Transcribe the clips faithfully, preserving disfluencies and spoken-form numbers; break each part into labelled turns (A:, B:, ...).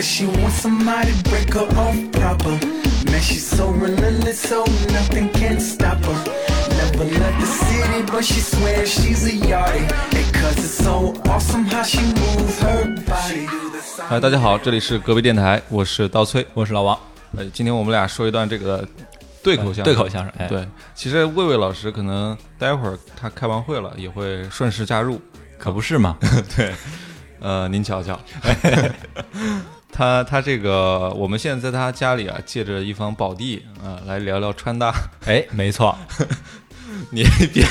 A: Says she wants somebody to break her off proper. Man, she's so relentless, so nothing can stop her. Never left the city, but she swears she's a yardie. And cause it's so awesome how she moves her body.
B: 嗨，大家好，这里是隔壁电台，我是刀崔，
C: 我是老王。
B: 呃，今天我们俩说一段这个对口相声。
C: 对口相声，哎，
B: 对，其实魏魏老师可能待会儿他开完会了，也会顺势加入，
C: 可不是嘛？
B: 对，呃，您瞧瞧。他他这个，我们现在在他家里啊，借着一方宝地啊、呃，来聊聊穿搭。
C: 哎，没错，
B: 你别。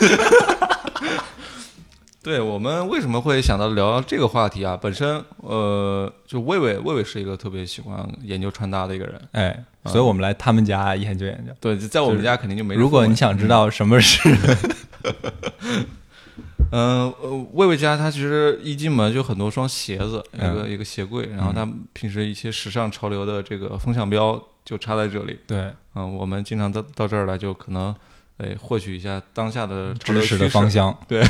B: 对，我们为什么会想到聊这个话题啊？本身呃，就魏魏魏魏是一个特别喜欢研究穿搭的一个人，
C: 哎，所以我们来他们家研究研究。
B: 对，在我们家肯定就没。
C: 如果你想知道什么是，
B: 嗯、呃，魏魏家他其实一进门就很多双鞋子，一个、嗯、一个鞋柜，然后他平时一些时尚潮流的这个风向标就插在这里。
C: 对，
B: 嗯、呃，我们经常到到这儿来，就可能。哎，获取一下当下的潮流
C: 知识的方向。
B: 对，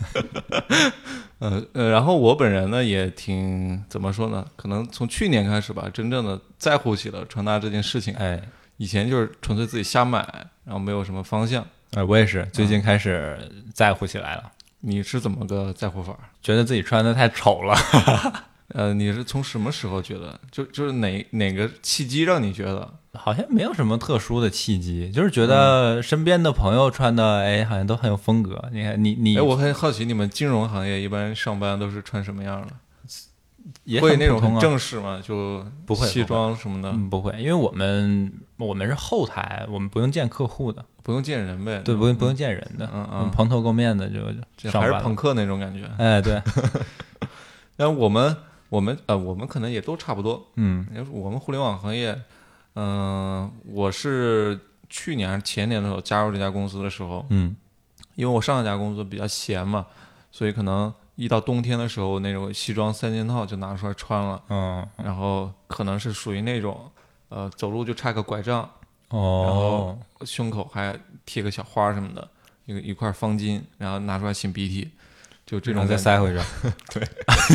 B: 呃呃，然后我本人呢也挺怎么说呢？可能从去年开始吧，真正的在乎起了穿搭这件事情。
C: 哎，
B: 以前就是纯粹自己瞎买，然后没有什么方向。
C: 哎，我也是，最近开始在乎起来了。
B: 嗯、你是怎么个在乎法？
C: 觉得自己穿的太丑了。
B: 呃，你是从什么时候觉得？就就是哪哪个契机让你觉得？
C: 好像没有什么特殊的契机，就是觉得身边的朋友穿的，哎，好像都很有风格。你看，你你，
B: 哎，我很好奇，你们金融行业一般上班都是穿什么样的？
C: 也
B: 会那种很正式吗？就
C: 不会
B: 西装什么的？
C: 嗯，不会，因为我们我们是后台，我们不用见客户的，
B: 不用见人呗。
C: 对，不用不用见人的，
B: 嗯嗯，
C: 蓬头垢面的就上班了，
B: 还是朋克那种感觉。
C: 哎，对。
B: 然后我们我们呃，我们可能也都差不多。
C: 嗯，
B: 我们互联网行业。嗯、呃，我是去年还是前年的时候加入这家公司的时候，
C: 嗯，
B: 因为我上一家公司比较闲嘛，所以可能一到冬天的时候，那种西装三件套就拿出来穿了，
C: 嗯，
B: 然后可能是属于那种，呃，走路就插个拐杖，
C: 哦，
B: 然后胸口还贴个小花什么的，一个一块方巾，然后拿出来擤鼻涕，就这种
C: 再塞回去，
B: 对。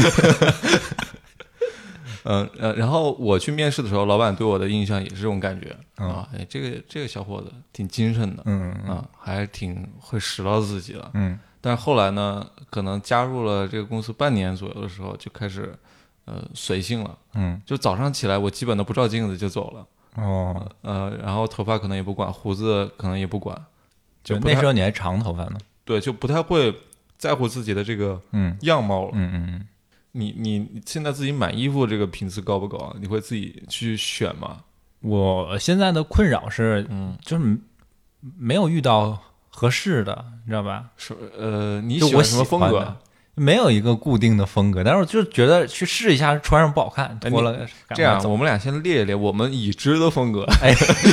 B: 嗯呃，然后我去面试的时候，老板对我的印象也是这种感觉、嗯、啊，哎，这个这个小伙子挺精神的，
C: 嗯
B: 啊，还挺会拾到自己了，
C: 嗯。
B: 但是后来呢，可能加入了这个公司半年左右的时候，就开始呃随性了，
C: 嗯，
B: 就早上起来我基本都不照镜子就走了，
C: 哦，
B: 呃，然后头发可能也不管，胡子可能也不管，就
C: 那时候你还长头发呢，
B: 对，就不太会在乎自己的这个
C: 嗯
B: 样貌了，
C: 嗯嗯嗯。
B: 你你现在自己买衣服这个频次高不高啊？你会自己去选吗？
C: 我现在的困扰是，
B: 嗯，
C: 就是没有遇到合适的，你知道吧？
B: 是呃，你喜欢什么风格？
C: 没有一个固定的风格，但是我就觉得去试一下，穿上不好看，脱了、哎、
B: 这样，我们俩先列一列我们已知的风格。
C: 哎，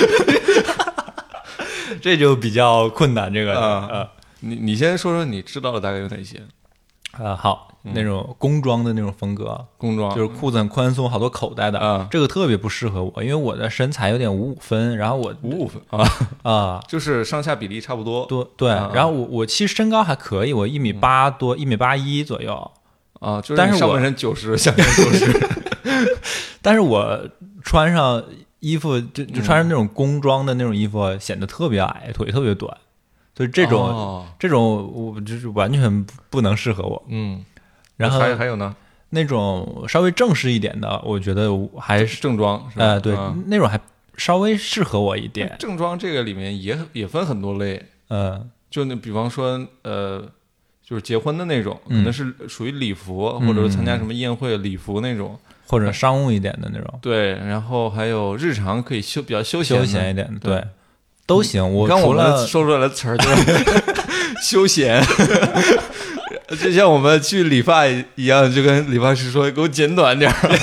C: 这就比较困难，这个
B: 啊、呃，你你先说说你知道的大概有哪些？
C: 呃，好，那种工装的那种风格，
B: 工装
C: 就是裤子很宽松，好多口袋的，
B: 啊，
C: 这个特别不适合我，因为我的身材有点五五分，然后我
B: 五五分啊
C: 啊，
B: 就是上下比例差不多，
C: 多对，
B: 啊、
C: 然后我我其实身高还可以，我一米八多，一米八一左右，
B: 啊，就是你上半身九十，下半身九十，
C: 但是我穿上衣服就就穿上那种工装的那种衣服，显得特别矮，腿特别短。所以这种、哦、这种我就是完全不能适合我，
B: 嗯，
C: 然后
B: 还还有呢，
C: 那种稍微正式一点的，我觉得还是
B: 正装是吧？
C: 呃，对、
B: 嗯，
C: 那种还稍微适合我一点。
B: 正装这个里面也也分很多类，
C: 嗯，
B: 就那比方说呃，就是结婚的那种，可能是属于礼服，
C: 嗯、
B: 或者参加什么宴会礼服那种，
C: 或者商务一点的那种。
B: 对，然后还有日常可以休比较休闲
C: 休闲一点的，对。对都行，我
B: 看我
C: 们
B: 说出来的词儿就是休闲，就像我们去理发一样，就跟理发师说给我剪短点儿。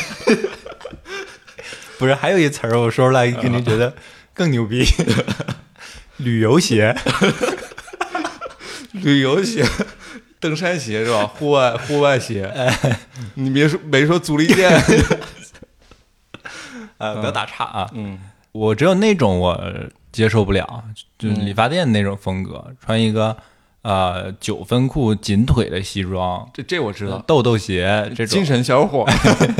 C: 不是，还有一词儿我说出来，肯定觉得更牛逼。旅游鞋，
B: 旅游鞋，登山鞋是吧？户外户外鞋，
C: 哎，
B: 你别说没说足力健，
C: 啊，不要打岔啊。
B: 嗯，
C: 我只有那种我接受不了，就是理发店那种风格，嗯、穿一个呃九分裤紧腿的西装，
B: 这这我知道，
C: 豆豆鞋这种
B: 精神小伙。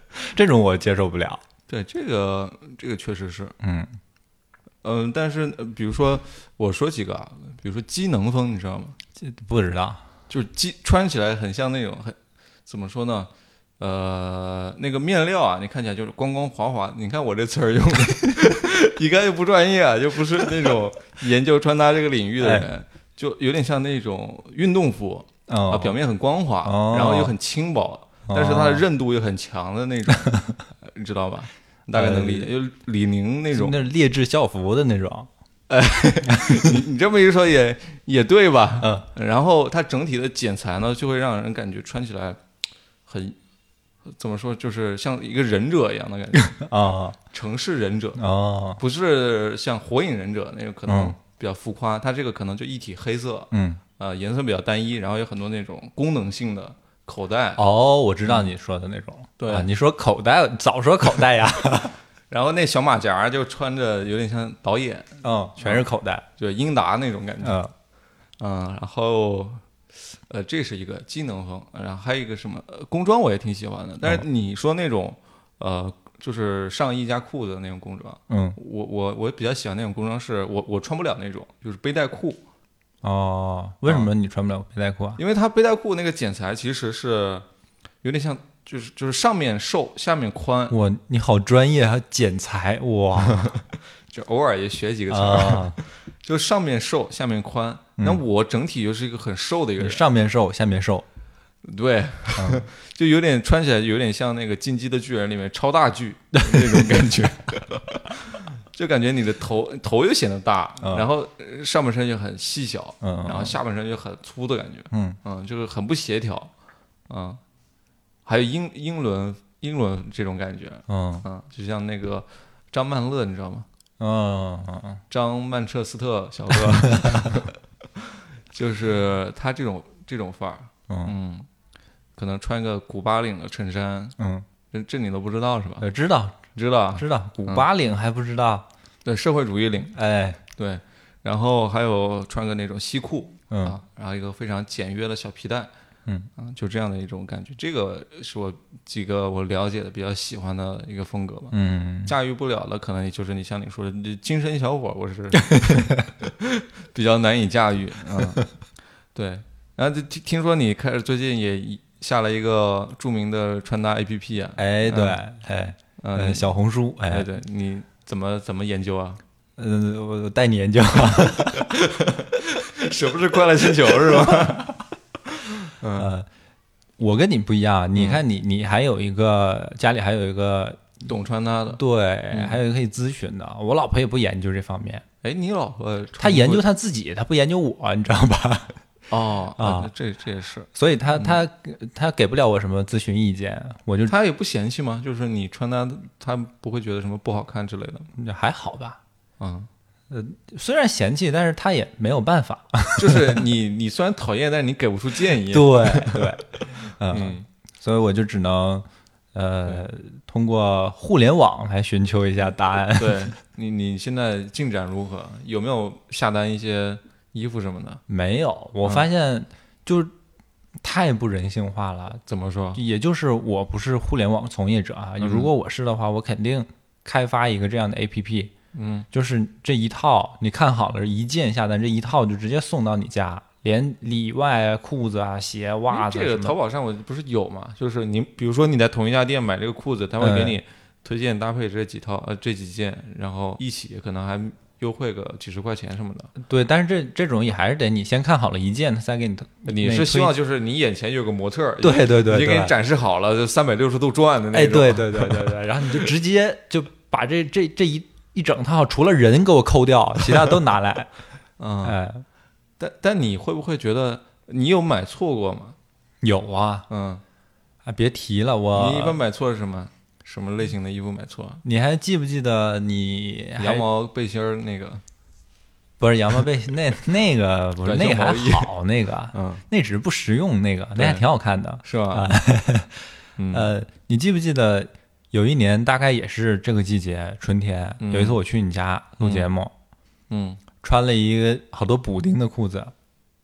C: 这种我接受不了。
B: 对，这个这个确实是，
C: 嗯
B: 嗯、呃，但是比如说我说几个啊，比如说机能风，你知道吗？
C: 不知道，
B: 就是机穿起来很像那种很怎么说呢？呃，那个面料啊，你看起来就是光光滑滑。你看我这词儿用的，一看就不专业啊，就不是那种研究穿搭这个领域的人，哎、就有点像那种运动服、
C: 哦、
B: 啊，表面很光滑，
C: 哦、
B: 然后又很轻薄，哦、但是它的韧度又很强的那种，你知道吧？大概能理解，就李宁那种，
C: 那劣质校服的那种。
B: 哎，你你这么一说也也对吧？
C: 嗯，
B: 然后它整体的剪裁呢，就会让人感觉穿起来很。怎么说，就是像一个忍者一样的感觉
C: 啊，哦、
B: 城市忍者
C: 哦，
B: 不是像火影忍者那个可能比较浮夸，嗯、它这个可能就一体黑色，
C: 嗯，
B: 呃，颜色比较单一，然后有很多那种功能性的口袋。
C: 哦，我知道你说的那种，
B: 嗯、对、
C: 啊，你说口袋，早说口袋呀。
B: 然后那小马甲就穿着有点像导演，
C: 嗯，全是口袋，
B: 对，英达那种感觉，
C: 嗯
B: 嗯，然后。呃，这是一个机能风，然后还有一个什么、呃、工装我也挺喜欢的，但是你说那种、哦、呃，就是上衣加裤子的那种工装，
C: 嗯，
B: 我我我比较喜欢那种工装是，我我穿不了那种，就是背带裤。
C: 哦，为什么你穿不了背带裤啊？
B: 因为它背带裤那个剪裁其实是有点像，就是就是上面瘦，下面宽。
C: 哇，你好专业，还剪裁哇！
B: 就偶尔也学几个词儿，
C: 啊、
B: 就上面瘦，下面宽。那、嗯、我整体又是一个很瘦的一个人，
C: 上面瘦，下面瘦，
B: 对，嗯、就有点穿起来有点像那个《进击的巨人》里面超大巨那种感觉，就感觉你的头头又显得大，嗯、然后上半身又很细小，
C: 嗯、
B: 然后下半身又很粗的感觉，
C: 嗯
B: 嗯，就是很不协调，嗯，还有英英伦英伦这种感觉，
C: 嗯
B: 嗯，就像那个张曼乐，你知道吗？
C: 嗯嗯，
B: 张曼彻斯特小哥。就是他这种这种范儿，
C: 嗯,
B: 嗯，可能穿个古巴领的衬衫，
C: 嗯，
B: 这这你都不知道是吧？
C: 呃，知道，
B: 知道，
C: 知道，古巴领还不知道？
B: 嗯、对，社会主义领，
C: 哎，
B: 对，然后还有穿个那种西裤，
C: 嗯、
B: 啊，然后一个非常简约的小皮带，
C: 嗯，
B: 啊，就这样的一种感觉，这个是我几个我了解的比较喜欢的一个风格吧，
C: 嗯，
B: 驾驭不了的可能也就是你像你说的精神小伙，我是比较难以驾驭，嗯。对，然后听听说你开始最近也下了一个著名的穿搭 A P P 啊？
C: 哎，对，
B: 嗯、
C: 哎，
B: 嗯，
C: 小红书，哎，
B: 对对，你怎么怎么研究啊？
C: 嗯，我带你研究啊，
B: 是不是快乐星球是吧？
C: 嗯、呃，我跟你不一样，你看你你还有一个家里还有一个
B: 懂穿搭的，
C: 对，
B: 嗯、
C: 还有一个可以咨询的。我老婆也不研究这方面，
B: 哎，你老婆
C: 她研究她自己，她不研究我，你知道吧？
B: 哦
C: 啊，
B: 这这也是，
C: 所以他他他给不了我什么咨询意见，我就
B: 他也不嫌弃吗？就是你穿搭，他不会觉得什么不好看之类的，
C: 还好吧？
B: 嗯，
C: 呃，虽然嫌弃，但是他也没有办法。
B: 就是你你虽然讨厌，但是你给不出建议。
C: 对对，嗯，
B: 嗯，
C: 所以我就只能呃通过互联网来寻求一下答案。
B: 对你你现在进展如何？有没有下单一些？衣服什么的
C: 没有，我发现就是太不人性化了。
B: 怎么说？
C: 也就是我不是互联网从业者啊，嗯、如果我是的话，我肯定开发一个这样的 A P P，
B: 嗯，
C: 就是这一套你看好了，一键下单，这一套就直接送到你家，连里外裤子啊、鞋袜子。
B: 这个淘宝上我不是有嘛？就是你比如说你在同一家店买这个裤子，他会给你推荐搭配这几套、嗯、呃这几件，然后一起可能还。优惠个几十块钱什么的，
C: 对，但是这这种也还是得你先看好了一件，他再给你。
B: 你是希望就是你眼前有个模特，
C: 对对对，
B: 已经给你展示好了，就三百六十度转的那
C: 种。哎，对对对对对，然后你就直接就把这这这一一整套除了人给我抠掉，其他都拿来。
B: 嗯，
C: 哎，
B: 但但你会不会觉得你有买错过吗？
C: 有啊，
B: 嗯，
C: 啊别提了，我
B: 你一般买错是什么？什么类型的衣服买错？
C: 你还记不记得你
B: 羊毛背心儿那个？
C: 不是羊毛背心，那那个不是那个还好，那个
B: 嗯，
C: 那只是不实用，那个那还挺好看的，
B: 是吧？
C: 啊、
B: 嗯、
C: 呃，你记不记得有一年大概也是这个季节，春天，
B: 嗯、
C: 有一次我去你家录节目，
B: 嗯，嗯
C: 穿了一个好多补丁的裤子。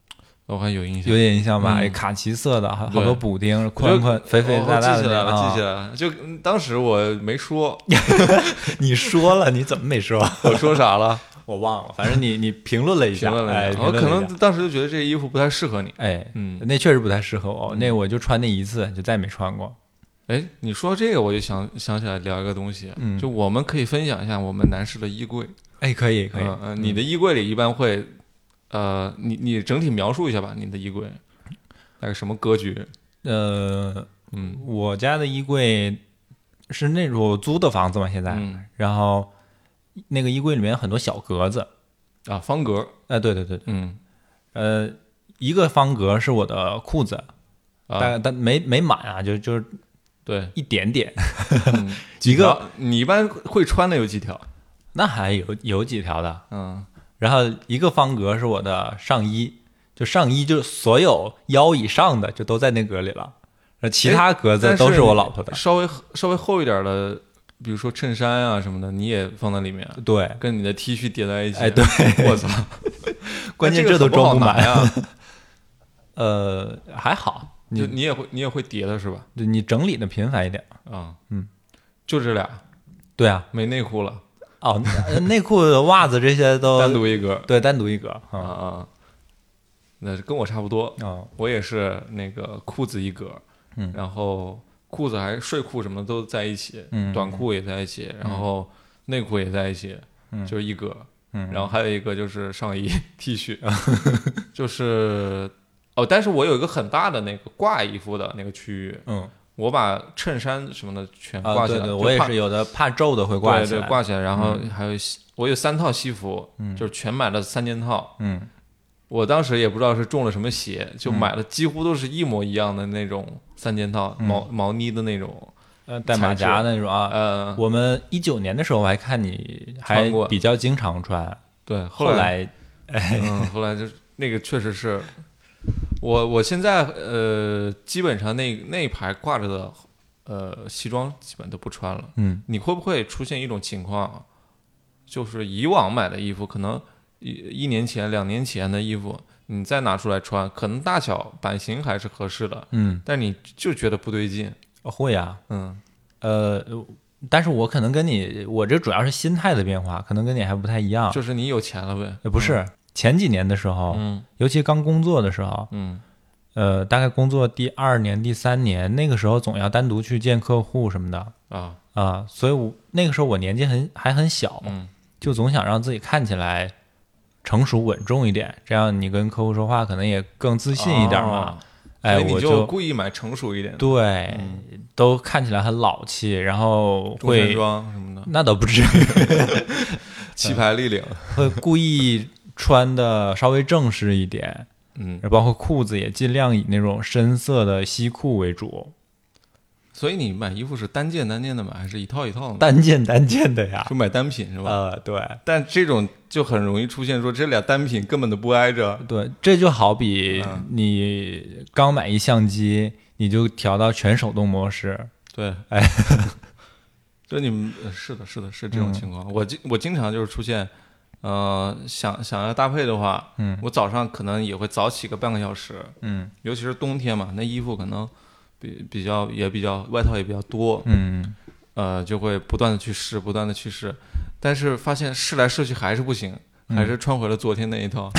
B: 我还有印象，
C: 有点印象吧？
B: 嗯、
C: 卡其色的，好多补丁，宽宽肥肥大大的。
B: 记起来了，
C: 啊、
B: 记起来了。就当时我没说，
C: 你说了，你怎么没说？
B: 我说啥了？
C: 我忘了。反正你你评论了一下，
B: 评论了一下。我可能当时就觉得这衣服不太适合你。
C: 哎，
B: 嗯，
C: 那确实不太适合我。那我就穿那一次，就再也没穿过。
B: 哎，你说这个，我就想想起来聊一个东西，
C: 嗯，
B: 就我们可以分享一下我们男士的衣柜。
C: 哎，可以可以。
B: 嗯、呃，你的衣柜里一般会。呃，你你整体描述一下吧，你的衣柜大概什么格局？
C: 呃，
B: 嗯，
C: 我家的衣柜是那种我租的房子嘛，现在，
B: 嗯、
C: 然后那个衣柜里面有很多小格子
B: 啊，方格。
C: 哎、呃，对对对，
B: 嗯，
C: 呃，一个方格是我的裤子，
B: 啊、
C: 大概但没没满啊，就就是
B: 对
C: 一点点，
B: 嗯、
C: 一个
B: 你一般会穿的有几条？
C: 那还有有几条的，
B: 嗯。
C: 然后一个方格是我的上衣，就上衣就所有腰以上的就都在那格里了，其他格子都是我老婆的。
B: 稍微稍微厚一点的，比如说衬衫啊什么的，你也放在里面。
C: 对，
B: 跟你的 T 恤叠在一起。
C: 哎，对，
B: 我操！
C: 关键这都装不满
B: 呀。
C: 呃，还好，
B: 就你也会你也会叠的是吧？
C: 对，你整理的频繁一点
B: 啊。
C: 嗯，
B: 就这俩。
C: 对啊，
B: 没内裤了。
C: 哦，内裤、袜子这些都
B: 单独一格，
C: 对，单独一格
B: 啊啊，那跟我差不多
C: 哦，
B: 我也是那个裤子一格，
C: 嗯，
B: 然后裤子还睡裤什么都在一起，
C: 嗯，
B: 短裤也在一起，
C: 嗯、
B: 然后内裤也在一起，
C: 嗯，
B: 就是一格，
C: 嗯，
B: 然后还有一个就是上衣 T 恤，就是哦，但是我有一个很大的那个挂衣服的那个区域，
C: 嗯。
B: 我把衬衫什么的全挂起来，
C: 啊、对对，我也是有的怕皱的会挂起来，
B: 对对，挂起来。然后还有、嗯、我有三套西服，
C: 嗯、
B: 就是全买了三件套。
C: 嗯，
B: 我当时也不知道是中了什么邪，就买了几乎都是一模一样的那种三件套，
C: 嗯、
B: 毛毛呢的那种，
C: 呃，带马甲那种啊。
B: 呃，
C: 我们一九年的时候我还看你还比较经常穿，
B: 对，
C: 后来，
B: 哎、嗯，后来就那个确实是。我我现在呃，基本上那那一排挂着的呃西装基本都不穿了。
C: 嗯，
B: 你会不会出现一种情况，就是以往买的衣服，可能一一年前、两年前的衣服，你再拿出来穿，可能大小版型还是合适的，
C: 嗯，
B: 但你就觉得不对劲。
C: 会啊，
B: 嗯，
C: 呃，但是我可能跟你，我这主要是心态的变化，可能跟你还不太一样。
B: 就是你有钱了呗？
C: 呃，不是。嗯前几年的时候，
B: 嗯，
C: 尤其刚工作的时候，
B: 嗯，
C: 呃，大概工作第二年、第三年，那个时候总要单独去见客户什么的
B: 啊
C: 啊，所以我那个时候我年纪很还很小，
B: 嗯，
C: 就总想让自己看起来成熟稳重一点，这样你跟客户说话可能也更自信一点嘛。
B: 哦、
C: 哎，
B: 我
C: 就
B: 故意买成熟一点的，
C: 对、
B: 嗯，
C: 都看起来很老气，然后会
B: 中山装什么的，
C: 那倒不至于，
B: 旗牌立领，
C: 会故意。穿的稍微正式一点，
B: 嗯，
C: 包括裤子也尽量以那种深色的西裤为主。
B: 所以你买衣服是单件单件的买，还是一套一套的？
C: 单件单件的呀，
B: 就买单品是吧？
C: 呃，对。
B: 但这种就很容易出现说这俩单品根本都不挨着。
C: 对，这就好比你刚买一相机，你就调到全手动模式。
B: 对，
C: 哎，
B: 就你们是的，是的，是这种情况。嗯、我经我经常就是出现。呃，想想要搭配的话，
C: 嗯，
B: 我早上可能也会早起个半个小时，
C: 嗯，
B: 尤其是冬天嘛，那衣服可能比比较也比较外套也比较多，
C: 嗯，
B: 呃，就会不断的去试，不断的去试，但是发现试来试去还是不行，
C: 嗯、
B: 还是穿回了昨天那一套。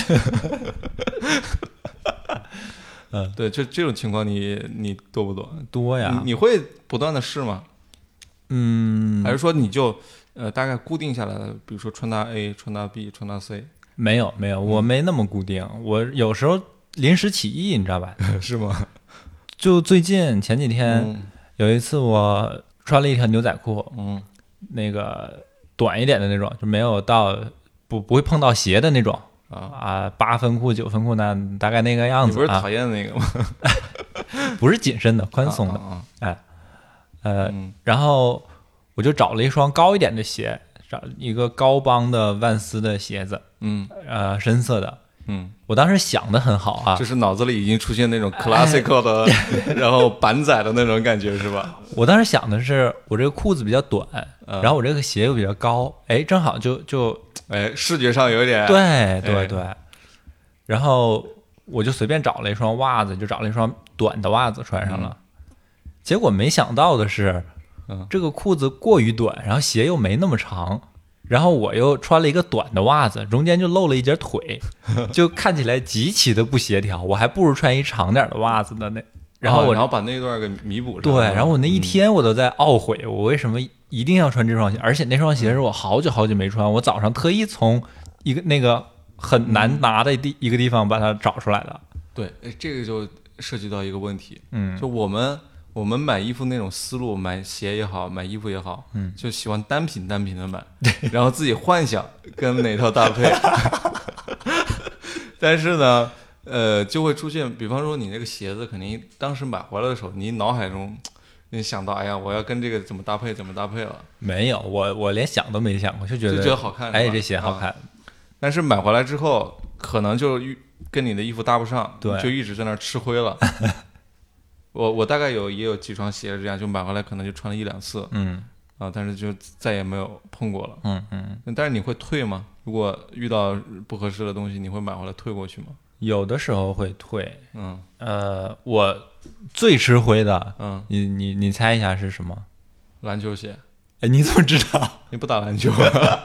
C: 嗯，
B: 对，就这种情况你你多不多？
C: 多呀。
B: 你, 你会不断的试吗？
C: 嗯，
B: 还是说你就？呃，大概固定下来的，比如说穿搭 A、穿搭 B、穿搭 C，
C: 没有没有，我没那么固定。嗯、我有时候临时起意，你知道吧？
B: 是吗？
C: 就最近前几天、
B: 嗯、
C: 有一次，我穿了一条牛仔裤，
B: 嗯，
C: 那个短一点的那种，就没有到不不会碰到鞋的那种
B: 啊
C: 啊，八分裤、九分裤那大概那个样子。
B: 你不是讨厌那个吗？
C: 不是紧身的，宽松的，
B: 啊啊啊
C: 哎，呃，
B: 嗯、
C: 然后。我就找了一双高一点的鞋，找一个高帮的万斯的鞋子，
B: 嗯，
C: 呃，深色的，
B: 嗯，
C: 我当时想的很好啊，
B: 就是脑子里已经出现那种 classical 的，哎、然后板仔的那种感觉是吧？
C: 我当时想的是，我这个裤子比较短，
B: 嗯、
C: 然后我这个鞋又比较高，哎，正好就就，
B: 哎，视觉上有点，
C: 对对对，
B: 哎、
C: 然后我就随便找了一双袜子，就找了一双短的袜子穿上了。嗯、结果没想到的是，
B: 嗯，
C: 这个裤子过于短，然后鞋又没那么长，然后我又穿了一个短的袜子，中间就露了一截腿，就看起来极其的不协调。我还不如穿一长点的袜子的那。然后我、
B: 哦、然后把那段给弥补上。
C: 对，然后我那一天我都在懊悔，嗯、我为什么一定要穿这双鞋？而且那双鞋是我好久好久没穿，我早上特意从一个那个很难拿的地、嗯、一个地方把它找出来的。
B: 对，这个就涉及到一个问题，
C: 嗯，
B: 就我们我们买衣服那种思路，买鞋也好，买衣服也好，
C: 嗯，
B: 就喜欢单品单品的买，然后自己幻想跟哪套搭配，但是呢。呃，就会出现，比方说你那个鞋子，肯定当时买回来的时候，你脑海中你想到，哎呀，我要跟这个怎么搭配，怎么搭配了？
C: 没有，我我连想都没想过，就觉得
B: 就觉得好看，
C: 哎，这鞋好看、啊。
B: 但是买回来之后，可能就跟你的衣服搭不上，
C: 对，
B: 就一直在那儿吃灰了。我我大概有也有几双鞋是这样，就买回来可能就穿了一两次，
C: 嗯
B: 啊，但是就再也没有碰过了，
C: 嗯嗯。
B: 但是你会退吗？如果遇到不合适的东西，你会买回来退过去吗？
C: 有的时候会退，
B: 嗯，
C: 呃，我最吃灰的，
B: 嗯，
C: 你你你猜一下是什么？
B: 篮球鞋。
C: 哎，你怎么知道？
B: 你不打篮球？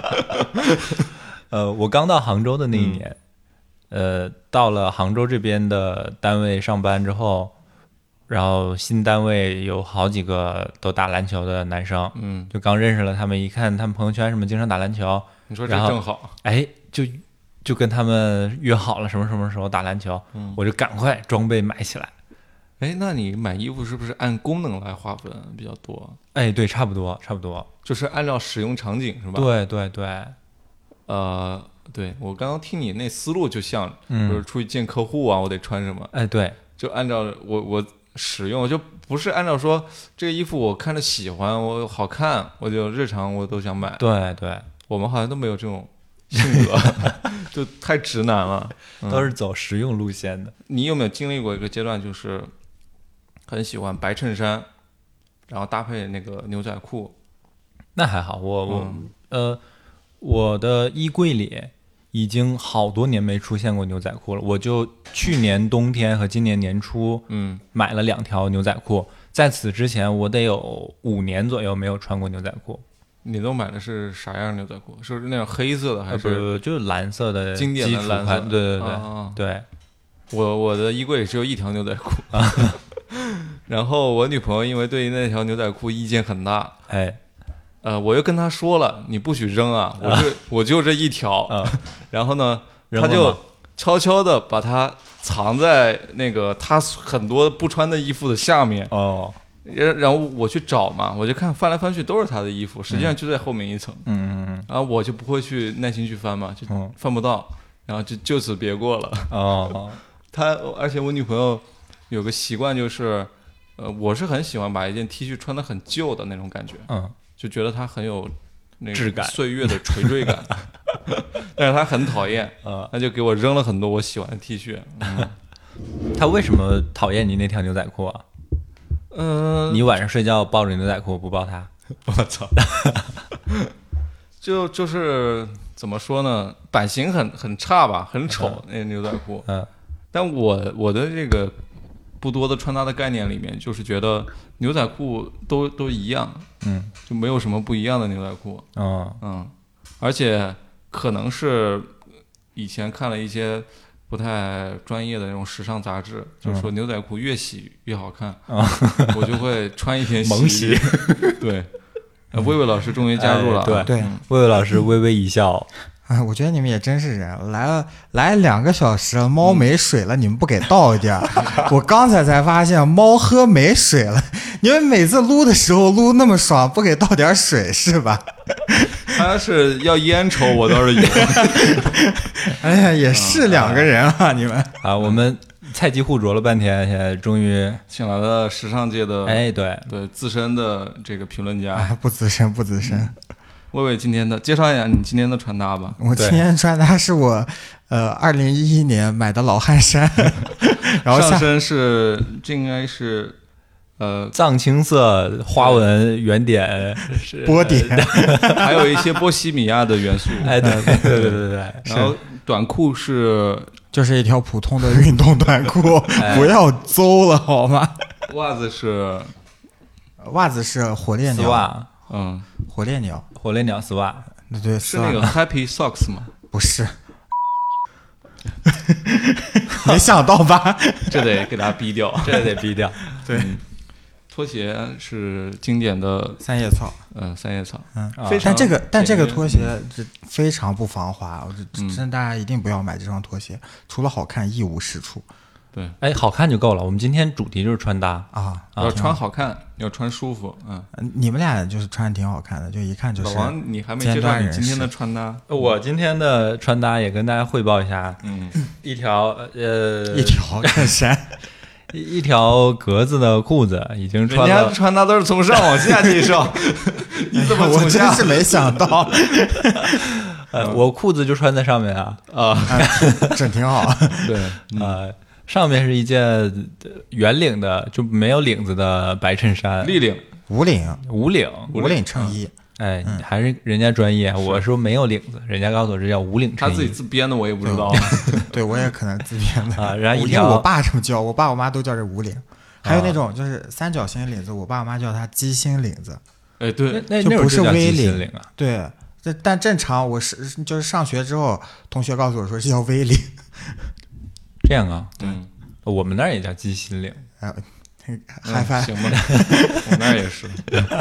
C: 呃，我刚到杭州的那一年，嗯、呃，到了杭州这边的单位上班之后，然后新单位有好几个都打篮球的男生，
B: 嗯，
C: 就刚认识了他们，一看他们朋友圈什么经常打篮球，
B: 你说这正好，
C: 哎，就。就跟他们约好了什么什么时候打篮球，
B: 嗯、
C: 我就赶快装备买起来。
B: 哎，那你买衣服是不是按功能来划分比较多？
C: 哎，对，差不多，差不多，
B: 就是按照使用场景是吧？
C: 对对对，
B: 呃，对我刚刚听你那思路就像，
C: 嗯，
B: 就是出去见客户啊，我得穿什么？
C: 哎，对，
B: 就按照我我使用，就不是按照说这个衣服我看着喜欢，我好看，我就日常我都想买。
C: 对对，
B: 我们好像都没有这种。性格就太直男了、
C: 嗯，都是走实用路线的。
B: 你有没有经历过一个阶段，就是很喜欢白衬衫，然后搭配那个牛仔裤？
C: 那还好，我我、
B: 嗯、
C: 呃，我的衣柜里已经好多年没出现过牛仔裤了。我就去年冬天和今年年初，
B: 嗯，
C: 买了两条牛仔裤。在此之前，我得有五年左右没有穿过牛仔裤。
B: 你都买的是啥样牛仔裤？是那种黑色的还是？
C: 呃、就是蓝色的
B: 经典的蓝色。
C: 对对对、
B: 啊、
C: 对。
B: 我我的衣柜里只有一条牛仔裤，然后我女朋友因为对那条牛仔裤意见很大，
C: 哎，
B: 呃，我又跟她说了，你不许扔啊，我就、啊、我就这一条，
C: 啊、
B: 然后呢，她就悄悄的把它藏在那个她很多不穿的衣服的下面。
C: 哦。
B: 然后我去找嘛，我就看翻来翻去都是他的衣服，实际上就在后面一层。
C: 嗯嗯嗯。
B: 然后我就不会去耐心去翻嘛，就翻不到，嗯、然后就就此别过了。
C: 哦。
B: 他而且我女朋友有个习惯就是，呃，我是很喜欢把一件 T 恤穿得很旧的那种感觉，
C: 嗯，
B: 就觉得它很有那个
C: 质感、
B: 岁月的垂坠感。但是他很讨厌，
C: 嗯，
B: 他就给我扔了很多我喜欢的 T 恤。嗯、
C: 他为什么讨厌你那条牛仔裤啊？
B: 嗯、呃，
C: 你晚上睡觉抱着牛仔裤不抱他？
B: 我操！就就是怎么说呢，版型很很差吧，很丑、嗯、那牛仔裤。
C: 嗯，
B: 但我我的这个不多的穿搭的概念里面，就是觉得牛仔裤都都一样，
C: 嗯，
B: 就没有什么不一样的牛仔裤。
C: 嗯
B: 嗯，而且可能是以前看了一些不太专业的那种时尚杂志，就是说牛仔裤越洗越好看，
C: 嗯、
B: 我就会穿一天
C: 猛洗。
B: 对，呃，薇薇老师终于加入了，
C: 哎、对
D: 对，
C: 薇薇老师微微一笑。
D: 啊，我觉得你们也真是人，来了来两个小时了，猫没水了，嗯、你们不给倒一点？我刚才才发现猫喝没水了，你们每次撸的时候撸那么爽，不给倒点水是吧？
B: 他是要烟抽，我倒是有。
D: 哎呀，也是两个人啊，嗯、你们
C: 啊，我们菜鸡互啄了半天，现在终于
B: 请来了时尚界的
C: 哎，对
B: 对资深的这个评论家，
D: 哎，不资深不资深。嗯
B: 薇薇今天的介绍一下你今天的穿搭吧。
D: 我今天穿搭是我呃二零一一年买的老汗衫，然后
B: 上身是这应该是呃
C: 藏青色花纹圆点
D: 波点，
B: 还有一些波西米亚的元素。
C: 哎，对对对对对。
B: 然后短裤是
D: 就是一条普通的运动短裤，
C: 哎、
D: 不要邹了好吗？
B: 袜子是
D: 袜子是火烈鸟，
C: 丝袜，
B: 嗯，
D: 火烈鸟，
C: 火烈鸟丝袜，
D: 对对，
B: 是那个 Happy Socks 吗？
D: 不是，没想到吧？
B: 这得给大家逼掉，
C: 这得逼掉。
D: 对、
B: 嗯，拖鞋是经典的
D: 三叶草，
B: 嗯，三叶草，
D: 嗯，
B: 非常
D: 但这个但这个拖鞋
B: 嗯
D: 这非常不防滑，我这真大家一定不要买这双拖鞋，除了好看一无是处。
B: 对，
C: 哎，好看就够了。我们今天主题就是穿搭
D: 啊，
B: 要穿好看，要穿舒服，嗯。
D: 你们俩就是穿挺好看的，就一看就是。
B: 老王，你还没介绍你今天的穿搭？
C: 我今天的穿搭也跟大家汇报一下。
B: 嗯，
C: 一条呃，
D: 一条衬衫，
C: 一条格子的裤子，已经穿了。
B: 人家穿搭都是从上往下介绍，你怎么
D: 我
B: 从下？
D: 真是没想到。
C: 呃，我裤子就穿在上面啊
B: 啊，
D: 这挺好。
B: 对，
C: 呃。上面是一件圆领的，就没有领子的白衬衫，
B: 立领、
D: 无领、
C: 无领、
D: 无领衬衣。
C: 哎，嗯、还是人家专业，我说没有领子，人家告诉我这叫无领衬衣。
B: 他自己自编的，我也不知道。
D: 对，我也可能自编的
C: 啊。然后一条，
D: 我爸这么叫，我爸我妈都叫这无领。还有那种就是三角形领子，我爸我妈叫它鸡心领子。
B: 哎，对，
C: 那
D: 就不是 V
C: 领啊。
D: 对，这但正常我是就是上学之后，同学告诉我说是叫 V 领。
C: 这样啊？
B: 嗯。
C: 我们那儿也叫鸡心领，
D: 哎，嗨翻、
B: 嗯、行吧，我那儿也是。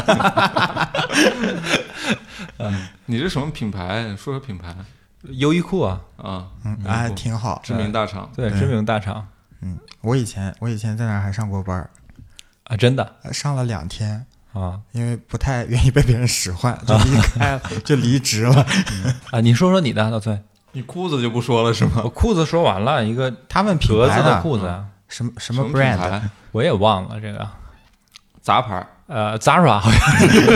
B: 嗯，你是什么品牌？说说品牌。
C: 优衣库啊，
B: 啊，
D: 嗯，还、啊、挺好，
B: 知名大厂。
C: 对，知名大厂。
D: 嗯，我以前我以前在那儿还上过班
C: 啊，真的，
D: 上了两天
C: 啊，
D: 因为不太愿意被别人使唤，就离开了，就离职了。
C: 嗯、啊，你说说你的，老崔。
B: 你裤子就不说了是吗？
C: 我裤子说完了，一个
D: 他们
C: 格子的裤子，嗯、
D: 什么什么 brand，
C: 我也忘了这个
B: 杂牌，
C: 呃 ，Zara 好像，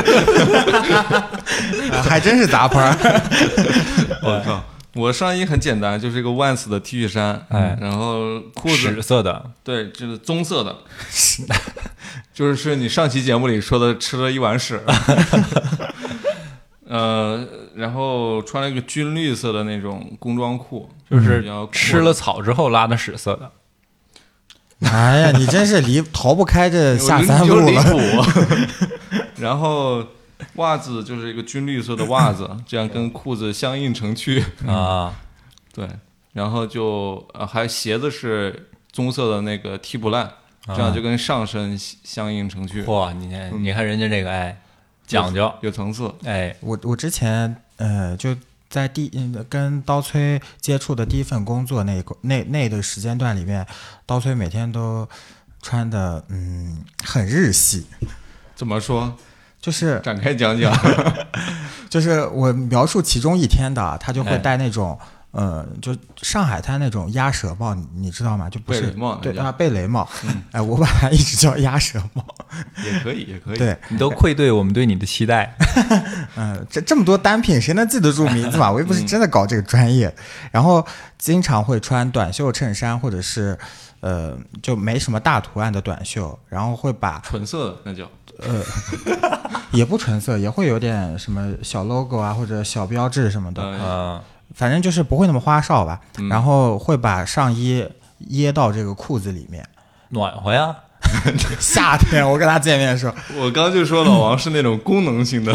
D: 还真是杂牌。
B: 我靠，我上衣很简单，就是一个 Vans 的 T 恤衫，
C: 哎，
B: 然后裤子
C: 屎色的，
B: 对，就是棕色的，就是是你上期节目里说的吃了一碗屎。呃，然后穿了一个军绿色的那种工装裤，
C: 就是吃了草之后拉的屎色的。
D: 哎呀，你真是离逃不开这下三路了。
B: 然后袜子就是一个军绿色的袜子，这样跟裤子相映成趣
C: 啊。
B: 对，然后就呃还鞋子是棕色的那个踢不烂，这样就跟上身相映成趣。
C: 哇，你看，你看人家这个哎。讲究
B: 有层次，
C: 哎，
D: 我我之前呃就在第跟刀崔接触的第一份工作那那那个时间段里面，刀崔每天都穿的嗯很日系。
B: 怎么说？
D: 就是
B: 展开讲讲。
D: 就是我描述其中一天的，他就会戴那种。哎呃，就上海滩那种鸭舌帽，你你知道吗？就不是
B: 贝雷帽，
D: 对啊，贝雷帽。嗯、哎，我把它一直叫鸭舌帽，
B: 也可以，也可以。
D: 对，
C: 你都愧对我们对你的期待。
D: 嗯，这这么多单品，谁能记得住名字嘛？我又不是真的搞这个专业。嗯、然后经常会穿短袖衬衫，或者是呃，就没什么大图案的短袖，然后会把
B: 纯色的那叫
D: 呃，也不纯色，也会有点什么小 logo 啊，或者小标志什么的。
C: 嗯。呃
D: 反正就是不会那么花哨吧，嗯、然后会把上衣掖到这个裤子里面，
C: 暖和呀。
D: 夏天我跟他见面的时候，
B: 我刚就说老王是那种功能性的。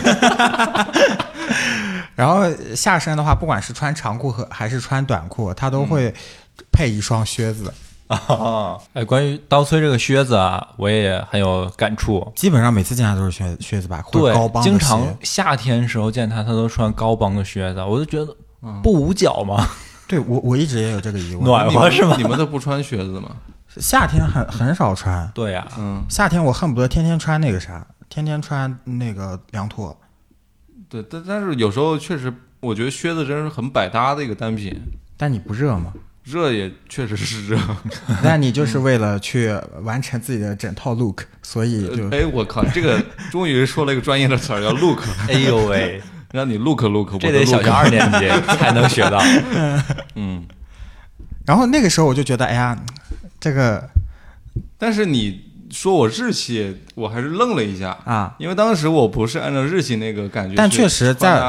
D: 然后下身的话，不管是穿长裤和还是穿短裤，他都会配一双靴子。
C: 啊，哎，关于刀崔这个靴子啊，我也很有感触。
D: 基本上每次见他都是靴靴子吧，
C: 对，
D: 高帮的
C: 经常夏天时候见他，他都穿高帮的靴子，我就觉得不捂脚吗？
D: 嗯、对我我一直也有这个疑问，
C: 暖和是吗？
B: 你们都不穿靴子吗？
D: 夏天很很少穿。
C: 对呀、啊，
B: 嗯，
D: 夏天我恨不得天天穿那个啥，天天穿那个凉拖。
B: 对，但但是有时候确实，我觉得靴子真是很百搭的一个单品。
D: 但你不热吗？
B: 热也确实是热，
D: 但你就是为了去完成自己的整套 look， 所以就
B: 哎，我靠，这个终于说了一个专业的词儿，叫 look。
C: 哎呦喂，
B: 让你 look look，
C: 这得小学二年级才能学到。
B: 嗯，
D: 然后那个时候我就觉得，哎呀，这个，
B: 但是你说我日系，我还是愣了一下
D: 啊，
B: 因为当时我不是按照日系那个感觉，
D: 但确实在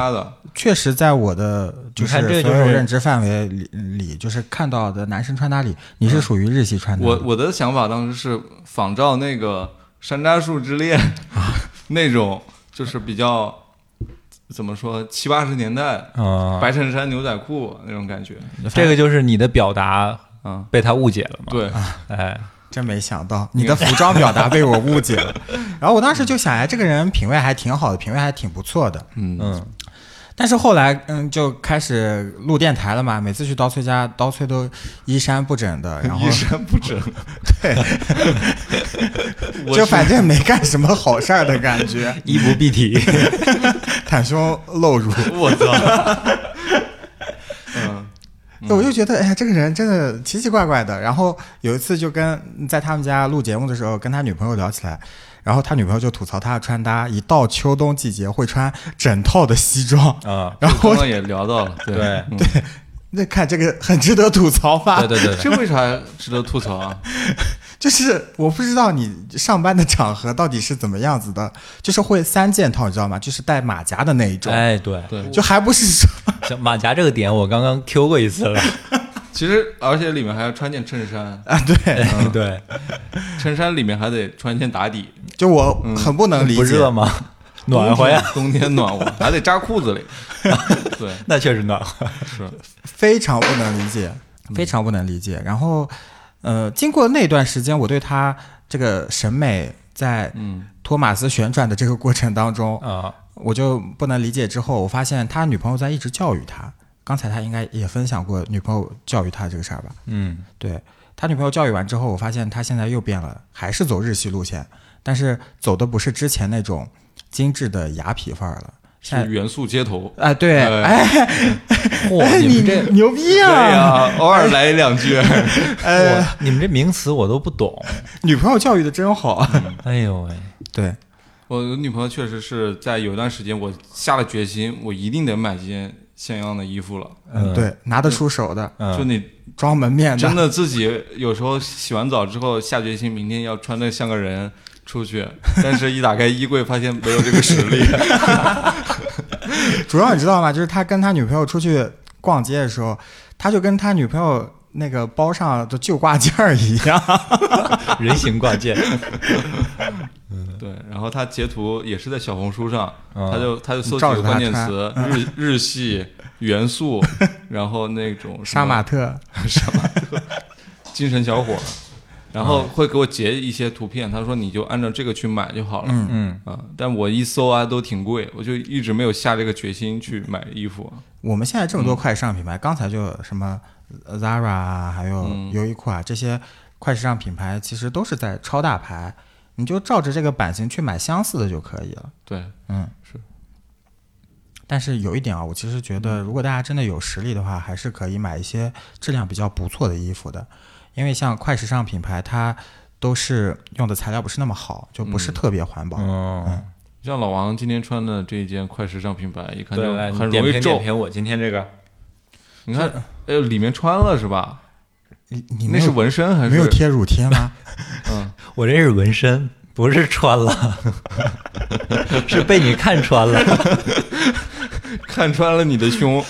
D: 确实在我的就是
C: 你看这就是
D: 所有认知范围里里，就是看到的男生穿搭里，你是属于日系穿搭的。
B: 我我的想法当时是仿照那个山楂树之恋那种，就是比较怎么说七八十年代、
C: 嗯，
B: 白衬衫牛仔裤那种感觉。
C: 这个就是你的表达
B: 嗯，
C: 被他误解了嘛？
B: 对，
C: 哎，
D: 真没想到你的服装表达被我误解了。然后我当时就想，哎，这个人品味还挺好的，品味还挺不错的。
B: 嗯
C: 嗯，
D: 但是后来，嗯，就开始录电台了嘛。每次去刀崔家，刀崔都衣衫不整的，然后
B: 衣衫不整，
D: 对，
B: 我
D: 就是反正没干什么好事儿的感觉，
C: 衣不蔽体。
D: 袒胸露乳。
B: 我操，嗯。
D: 我就觉得，哎呀，这个人真的奇奇怪怪的。然后有一次就跟在他们家录节目的时候，跟他女朋友聊起来，然后他女朋友就吐槽他的穿搭，一到秋冬季节会穿整套的西装
C: 啊。
D: 然后
B: 刚刚也聊到了，对
C: 对、
B: 嗯、
D: 对，那看这个很值得吐槽吧？
C: 对对对，
B: 这为啥值得吐槽啊？
D: 就是我不知道你上班的场合到底是怎么样子的，就是会三件套，你知道吗？就是带马甲的那一种。
C: 哎，对
B: 对，
D: 就还不是说
C: 像马甲这个点，我刚刚 Q 过一次了。
B: 其实，而且里面还要穿件衬衫
D: 啊，对、
C: 嗯、对，
B: 衬衫里面还得穿件打底。
D: 就我很不能理解，
C: 不热吗？暖和呀，
B: 冬天暖和，还得扎裤子里。对，
C: 那确实暖和，
B: 是
D: 非常不能理解，非常不能理解。然后。呃，经过那段时间，我对他这个审美在托马斯旋转的这个过程当中，啊、嗯，我就不能理解。之后，我发现他女朋友在一直教育他。刚才他应该也分享过女朋友教育他这个事儿吧？
C: 嗯，
D: 对，他女朋友教育完之后，我发现他现在又变了，还是走日系路线，但是走的不是之前那种精致的雅痞范儿了。
B: 是元素街头
D: 啊、呃，对，哎，
C: 嚯、
D: 哎，
C: 你们这
D: 牛逼啊！
B: 对呀，偶尔来一两句。
D: 呃，
C: 你们这名词我都不懂。
D: 女朋友教育的真好。
C: 哎呦喂，
D: 对，
B: 我女朋友确实是在有段时间，我下了决心，我一定得买几件像样的衣服了。
D: 嗯，对，拿得出手的，
C: 嗯、
B: 就你
D: 装门面的，
B: 真的自己有时候洗完澡之后下决心，明天要穿得像个人。出去，但是一打开衣柜发现没有这个实力。
D: 主要你知道吗？就是他跟他女朋友出去逛街的时候，他就跟他女朋友那个包上的旧挂件儿一样，
C: 人形挂件。
B: 嗯，对。然后他截图也是在小红书上，
C: 嗯、
B: 他就他就搜几个关键词：日日系元素，然后那种
D: 杀马特，
B: 杀马特，精神小伙。然后会给我截一些图片，他说你就按照这个去买就好了。
C: 嗯嗯
B: 啊，但我一搜啊都挺贵，我就一直没有下这个决心去买衣服。
D: 我们现在这么多快时尚品牌，嗯、刚才就什么 Zara 啊，还有优衣库啊、嗯、这些快时尚品牌，其实都是在超大牌，你就照着这个版型去买相似的就可以了。
B: 对，
D: 嗯
B: 是。
D: 但是有一点啊，我其实觉得，如果大家真的有实力的话，还是可以买一些质量比较不错的衣服的。因为像快时尚品牌，它都是用的材料不是那么好，就不是特别环保。
C: 嗯，
D: 嗯
B: 像老王今天穿的这一件快时尚品牌，一看就很容易皱。
C: 点评我今天这个，
B: 你看，哎，里面穿了是吧？
D: 你你
B: 那是纹身还是
D: 没有贴乳贴吗？
C: 嗯，我这是纹身，不是穿了，是被你看穿了，
B: 看穿了你的胸。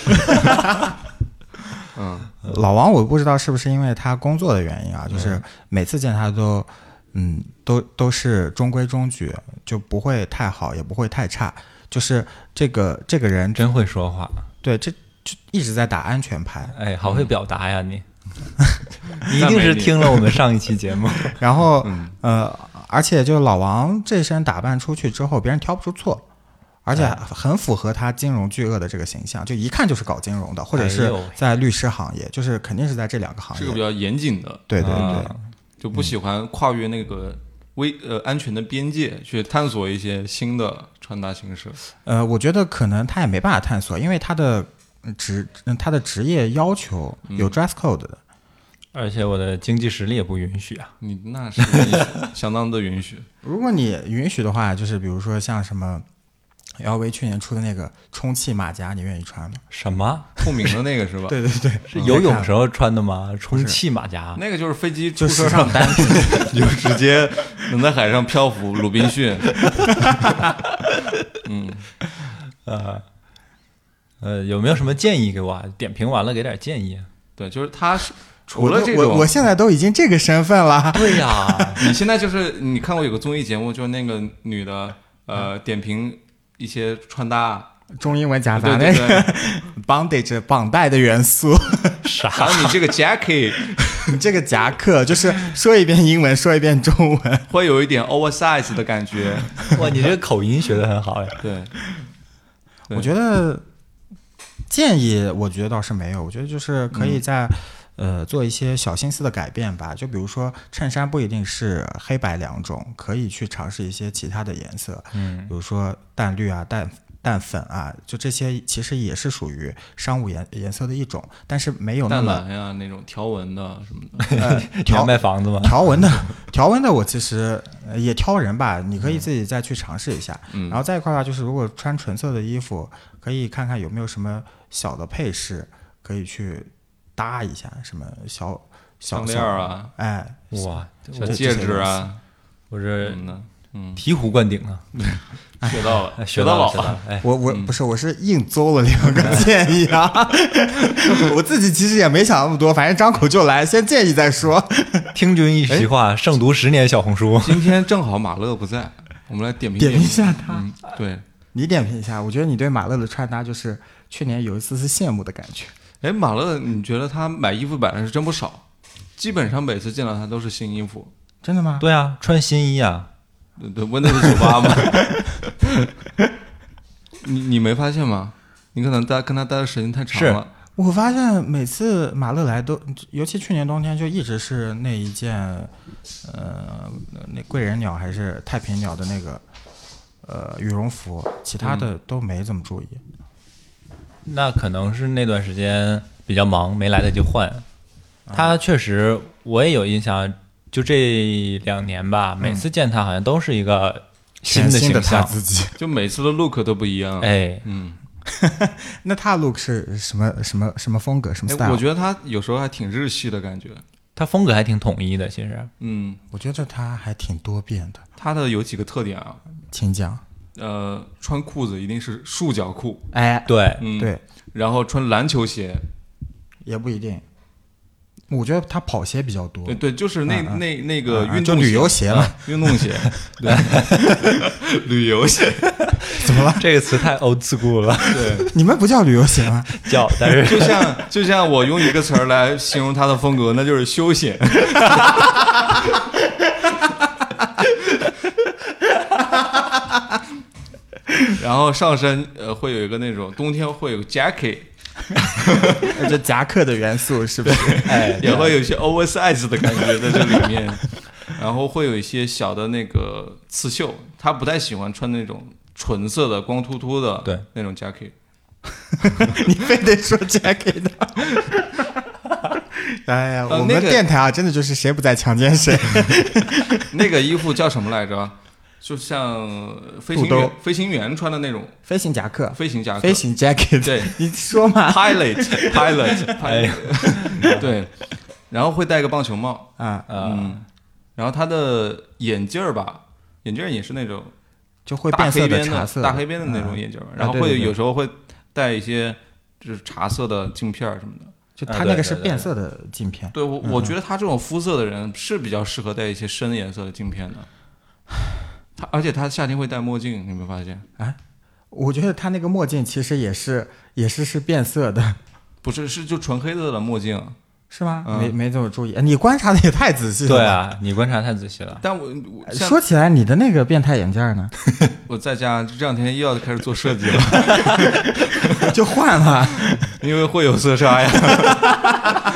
B: 嗯，
D: 老王我不知道是不是因为他工作的原因啊，就是每次见他都，嗯，都都是中规中矩，就不会太好，也不会太差，就是这个这个人
C: 真会说话，
D: 对，这就一直在打安全牌，
C: 哎，好会表达呀你，你一定是听了我们上一期节目，
D: 然后呃，而且就老王这身打扮出去之后，别人挑不出错。而且很符合他金融巨鳄的这个形象，就一看就是搞金融的，或者是在律师行业，就是肯定是在这两个行业。
B: 是个比较严谨的，
D: 对对对，
B: 啊、就不喜欢跨越那个危呃安全的边界，去探索一些新的穿搭形式。
D: 呃，我觉得可能他也没办法探索，因为他的职他的职业要求有 dress code 的。
C: 嗯，而且我的经济实力也不允许啊。
B: 你那是允许相当的允许。
D: 如果你允许的话，就是比如说像什么。L V 去年出的那个充气马甲，你愿意穿吗？
C: 什么
B: 透明的那个是吧？
D: 对对对，
C: 是游泳时候穿的吗？充气马甲，
B: 那个就是飞机
D: 就时尚单品，
B: 就直接能在海上漂浮。鲁滨逊，嗯，
C: 呃， 呃，有没有什么建议给我？点评完了给点建议。
B: 对，就是他是除了这种，
D: 我我现在都已经这个身份了。
C: 对呀，
B: 你现在就是你看过有个综艺节目，就是那个女的呃点评一些穿搭。
D: 中英文夹杂
B: 对对对
D: ，bondage 绑带的元素。
C: 啥？
B: 然后你这个 jacket，
D: 你这个夹克就是说一遍英文，说一遍中文，
B: 会有一点 oversize 的感觉。
C: 哇，你这个口音学得很好呀。
B: 对，对
D: 我觉得建议，我觉得倒是没有。我觉得就是可以在、嗯、呃做一些小心思的改变吧。就比如说衬衫不一定是黑白两种，可以去尝试一些其他的颜色。
C: 嗯，
D: 比如说淡绿啊、淡。淡粉啊，就这些其实也是属于商务颜颜色的一种，但是没有那么
B: 淡蓝呀那种条纹的什么的。
D: 呃，
C: 条卖房子吗？
D: 条纹的条纹的我其实也挑人吧，你可以自己再去尝试一下。
B: 嗯、
D: 然后再一块的话，就是如果穿纯色的衣服，可以看看有没有什么小的配饰可以去搭一下，什么小小
B: 项链啊，
D: 哎，
C: 哇，
B: 小戒指啊，
C: 我这
B: 嗯，
C: 醍醐灌顶啊！
B: 学到了，
C: 学到
B: 了，
C: 学到了。哎，
D: 我我不是，我是硬诌了两个建议啊。我自己其实也没想那么多，反正张口就来，先建议再说。
C: 听君一席话，胜读十年小红书。
B: 今天正好马乐不在，我们来点评
D: 点评一下他。
B: 嗯、对，
D: 你点评一下，我觉得你对马乐的穿搭就是去年有一丝丝羡慕的感觉。
B: 哎，马乐，你觉得他买衣服买的是真不少，基本上每次见到他都是新衣服。
D: 真的吗？
C: 对啊，穿新衣啊。
B: 对，问的是酒吧吗？你你没发现吗？你可能待跟他待的时间太长了。
D: 我发现每次马乐来都，尤其去年冬天就一直是那一件，呃，那贵人鸟还是太平鸟的那个，呃，羽绒服，其他的都没怎么注意。
C: 嗯、那可能是那段时间比较忙，没来得及换。他确实，我也有印象。就这两年吧，每次见他好像都是一个新的形象，
D: 自己
B: 就每次的 look 都不一样。
C: 哎，
B: 嗯，
D: 那他 look 是什么什么什么风格什么 style？
B: 我觉得他有时候还挺日系的感觉，
C: 他风格还挺统一的。其实，
B: 嗯，
D: 我觉得他还挺多变的。
B: 他的有几个特点啊，
D: 请讲。
B: 呃，穿裤子一定是束脚裤，
D: 哎，
C: 对，
B: 嗯，
D: 对，
B: 然后穿篮球鞋
D: 也不一定。我觉得他跑鞋比较多，
B: 对对，就是那、嗯、那那个运动鞋、
D: 啊、就旅游鞋嘛，
B: 运动鞋，对，旅游鞋，
D: 怎么了？
C: 这个词太 old school 了。
B: 对，
D: 你们不叫旅游鞋吗？
C: 叫，但是
B: 就像就像我用一个词儿来形容他的风格，那就是休闲。然后上身呃会有一个那种冬天会有 jacket。
D: 这夹克的元素是不是？
B: 哎，也会有一些 oversize 的感觉在这里面，然后会有一些小的那个刺绣，他不太喜欢穿那种纯色的光秃秃的
C: 对
B: 那种 jacket。
D: 你非得说 jacket 的？哎呀，
B: 呃、
D: 我们电台啊，真的就是谁不在强奸谁。
B: 那个衣服叫什么来着？就像飞行员飞行员穿的那种
D: 飞行夹克，
B: 飞行夹克，
D: 飞行 jacket。
B: 对，
D: 你说嘛
B: ？Pilot pilot pilot。对，然后会戴个棒球帽
D: 啊，
B: 嗯，然后他的眼镜儿吧，眼镜也是那种
D: 就会变色的茶色，
B: 大黑边的那种眼镜，然后会有时候会戴一些就是茶色的镜片什么的。
D: 就他那个是变色的镜片。
B: 对，我我觉得他这种肤色的人是比较适合戴一些深颜色的镜片的。他而且他夏天会戴墨镜，你有没有发现？
D: 啊，我觉得他那个墨镜其实也是也是是变色的，
B: 不是是就纯黑色的墨镜，
D: 是吗？
B: 嗯、
D: 没没怎么注意，你观察的也太仔细了。
C: 对啊，你观察太仔细了。
B: 但我
D: 说起来，你的那个变态眼镜呢？
B: 我在家这两天又要开始做设计了，
D: 就换了，
B: 因为会有色差呀。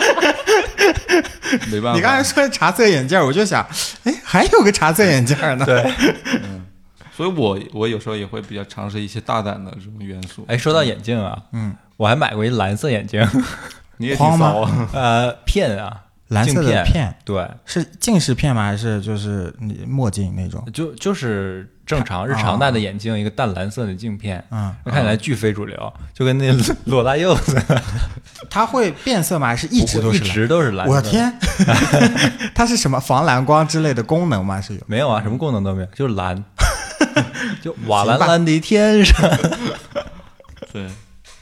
B: 没办法，
D: 你刚才说茶色眼镜，我就想，哎，还有个茶色眼镜呢。
C: 对，
B: 嗯，所以我我有时候也会比较尝试一些大胆的这种元素。
C: 哎，说到眼镜啊，
D: 嗯，
C: 我还买过一蓝色眼镜，
B: 你也挺骚啊。
C: 呃，片啊，
D: 蓝色的片，
C: 对，
D: 是近视片吗？还是就是你墨镜那种？
C: 就就是正常日常戴的眼镜，一个淡蓝色的镜片，
D: 嗯，
C: 看起来巨非主流，就跟那裸大柚子。
D: 它会变色吗？还是一直都是
C: 一直都是蓝色？
D: 我天，它是什么防蓝光之类的功能吗？是有？
C: 没有啊，什么功能都没有，就是蓝，就瓦蓝蓝的天上。
B: 对，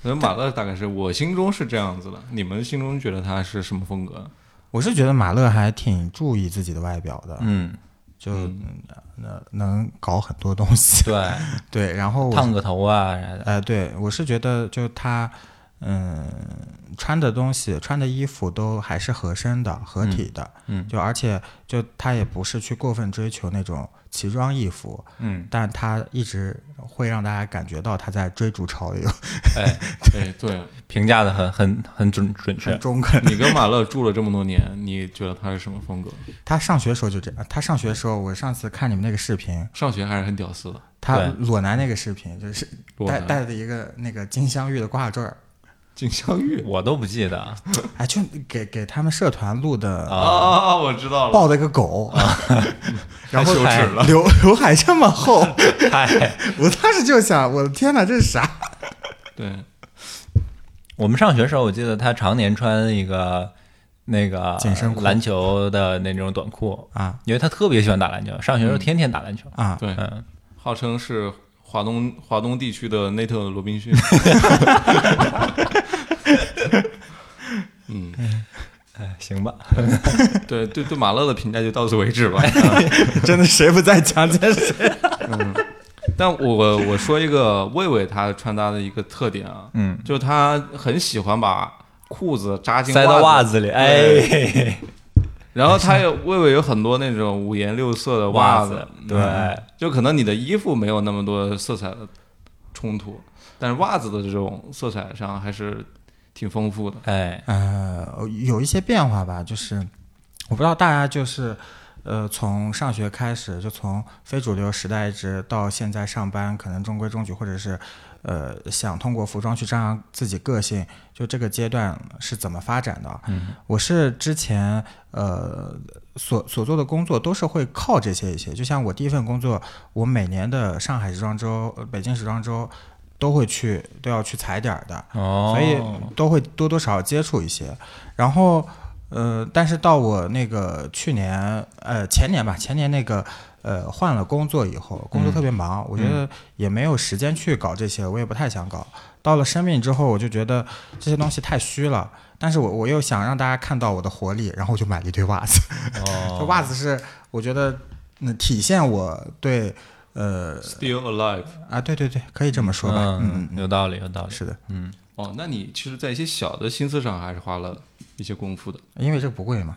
B: 所以马乐大概是我心中是这样子的，你们心中觉得他是什么风格？
D: 我是觉得马乐还挺注意自己的外表的，
C: 嗯，
D: 就、嗯、能搞很多东西。
C: 对
D: 对，然后
C: 烫个头啊啥的。
D: 呃，对，我是觉得就他嗯穿的东西、穿的衣服都还是合身的、合体的，
C: 嗯，
D: 就而且就他也不是去过分追求那种奇装异服，
C: 嗯，
D: 但他一直会让大家感觉到他在追逐潮流，
C: 哎，
B: 哎，对，
C: 评价的很很很准准确
D: 很。中肯。
B: 你跟马乐住了这么多年，你觉得他是什么风格？
D: 他上学时候就这样，他上学时候，我上次看你们那个视频，
B: 上学还是很屌丝的，
D: 他
C: 对
D: 裸男那个视频，就是戴
B: 裸男
D: 戴着一个那个金镶玉的挂坠儿，
B: 金镶玉。
C: 我都不记得
D: 哎，就给给他们社团录的，
B: 啊啊啊！我知道了，
D: 抱了个狗，然后
B: 太羞耻了
D: 刘刘海这么厚，
C: 嗨，
D: 我当时就想，我的天哪，这是啥？
B: 对，
C: 我们上学时候，我记得他常年穿一个那个
D: 紧身裤
C: 篮球的那种短裤
D: 啊，
C: 因为他特别喜欢打篮球，上学时候天天打篮球
D: 啊，
B: 对，
C: 嗯，
B: 号称是华东华东地区的内特罗宾逊。嗯，
C: 哎，行吧，
B: 对对对，马乐的评价就到此为止吧。
D: 真的谁不在强奸谁？
B: 嗯，但我我说一个魏魏他穿搭的一个特点啊，
C: 嗯，
B: 就他很喜欢把裤子扎进
C: 塞到袜
B: 子
C: 子里，哎，
B: 然后他有魏魏有很多那种五颜六色的
C: 袜
B: 子，
C: 对，
B: 嗯就可能你的衣服没有那么多色彩的冲突，但是袜子的这种色彩上还是挺丰富的。
C: 哎，
D: 呃，有一些变化吧，就是我不知道大家就是呃，从上学开始，就从非主流时代一直到现在上班，可能中规中矩，或者是呃想通过服装去张扬自己个性，就这个阶段是怎么发展的？
C: 嗯，
D: 我是之前呃所所做的工作都是会靠这些一些，就像我第一份工作，我每年的上海时装周、呃北京时装周都会去，都要去踩点儿的，
C: 哦，
D: 所以都会多多少少接触一些。然后呃，但是到我那个去年呃前年吧，前年那个呃换了工作以后，工作特别忙，
C: 嗯、
D: 我觉得也没有时间去搞这些，我也不太想搞。到了生命之后，我就觉得这些东西太虚了，但是我我又想让大家看到我的活力，然后我就买了一堆袜子。
C: 哦，
D: 这袜子是我觉得嗯体现我对呃
B: Still alive
D: 啊，对对对，可以这么说吧，
C: 嗯，
D: 嗯，
C: 有道理，有道理，
D: 是的，
C: 嗯，
B: 哦，那你其实，在一些小的心思上还是花了一些功夫的。
D: 因为这个不贵嘛。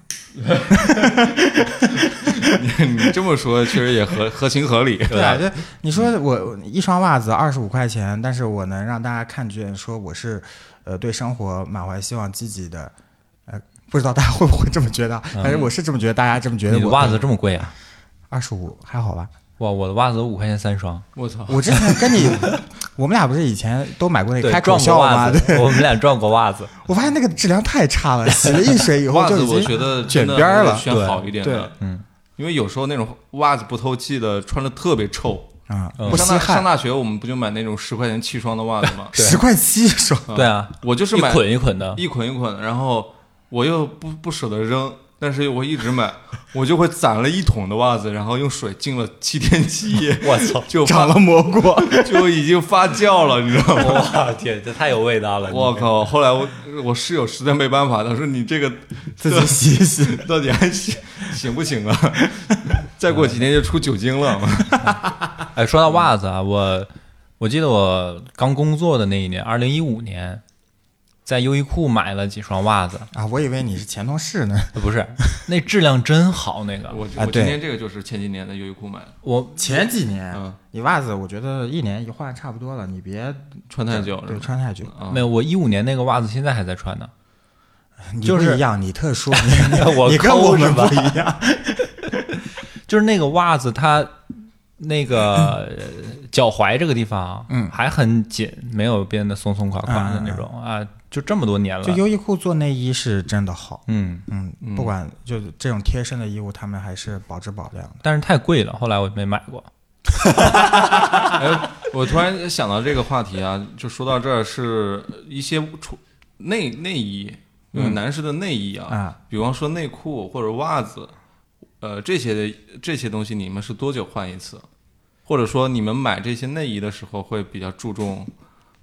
B: 你你这么说，确实也合合情合理。
D: 对啊，就你说我一双袜子二十五块钱，但是我能让大家看见，说我是呃对生活满怀希望、积极的。呃，不知道大家会不会这么觉得？但是我是这么觉得，大家这么觉得我。
C: 你的袜子这么贵啊？
D: 二十五还好吧？
C: 哇，我的袜子五块钱三双。
B: 我操！
D: 我之前跟你，我们俩不是以前都买过那个开口
C: 撞
D: 笑吗？
C: 过袜子，
D: 对，
C: 我们俩撞过袜子。
D: 我发现那个质量太差了，洗了一水以后
B: 袜子
D: 就已经
B: 我觉得
D: 卷
B: 真的
D: 边儿了。
B: 选好一点的，
D: 对，
C: 嗯，
B: 因为有时候那种袜子不透气的，穿的特别臭。
D: 啊，
C: 嗯
D: 不稀
B: 上大上
D: 罕。
B: 大学我们不就买那种十块钱七双的袜子吗？
D: 十块七一双，
C: 对啊，
B: 我就是买
C: 一捆一捆的。
B: 一捆一捆的，然后我又不不舍得扔，但是我一直买，我就会攒了一桶的袜子，然后用水浸了七天七夜，
C: 我操，
B: 就
D: 长了蘑菇。
B: 就已经发酵了，你知道吗？
C: 哇天，这太有味道了！
B: 我靠！后来我我室友实在没办法，他说你这个
D: 自己洗一洗，
B: 到底还行行不行啊？再过几天就出酒精了。
C: 哎，说到袜子啊，我我记得我刚工作的那一年，二零一五年，在优衣库买了几双袜子。
D: 啊，我以为你是前同事呢。
C: 呃不是，那质量真好，那个
B: 我
D: 啊
B: 我今
D: 对
B: 天这个就是前几年的优衣库买的，
C: 我
D: 前几年，
B: 嗯
D: 你袜子我觉得一年一换差不多了，你别
B: 穿太久
D: 对，
B: 是吧？
D: 穿太久。
B: 啊
C: 没有，我一五年那个袜子现在还在穿呢。
D: 你
C: 就是
D: 不一样，你特殊，你
C: 我
D: 你跟
C: 抠是吧
D: 我们不一样。
C: 就是那个袜子，它那个呃脚踝这个地方，
D: 嗯
C: 还很紧，没有变得松松垮垮的那种啊。就这么多年了，
D: 就优衣库做内衣是真的好，
C: 嗯，
D: 嗯，不管就是这种贴身的衣物，他们还是保质保量的。
C: 但是太贵了，后来我没买过。
B: 哎，我突然想到这个话题啊，就说到这儿，是一些出内内衣，嗯，男士的内衣啊，
D: 啊
B: 比方说内裤或者袜子，呃，这些的这些东西，你们是多久换一次？或者说你们买这些内衣的时候会比较注重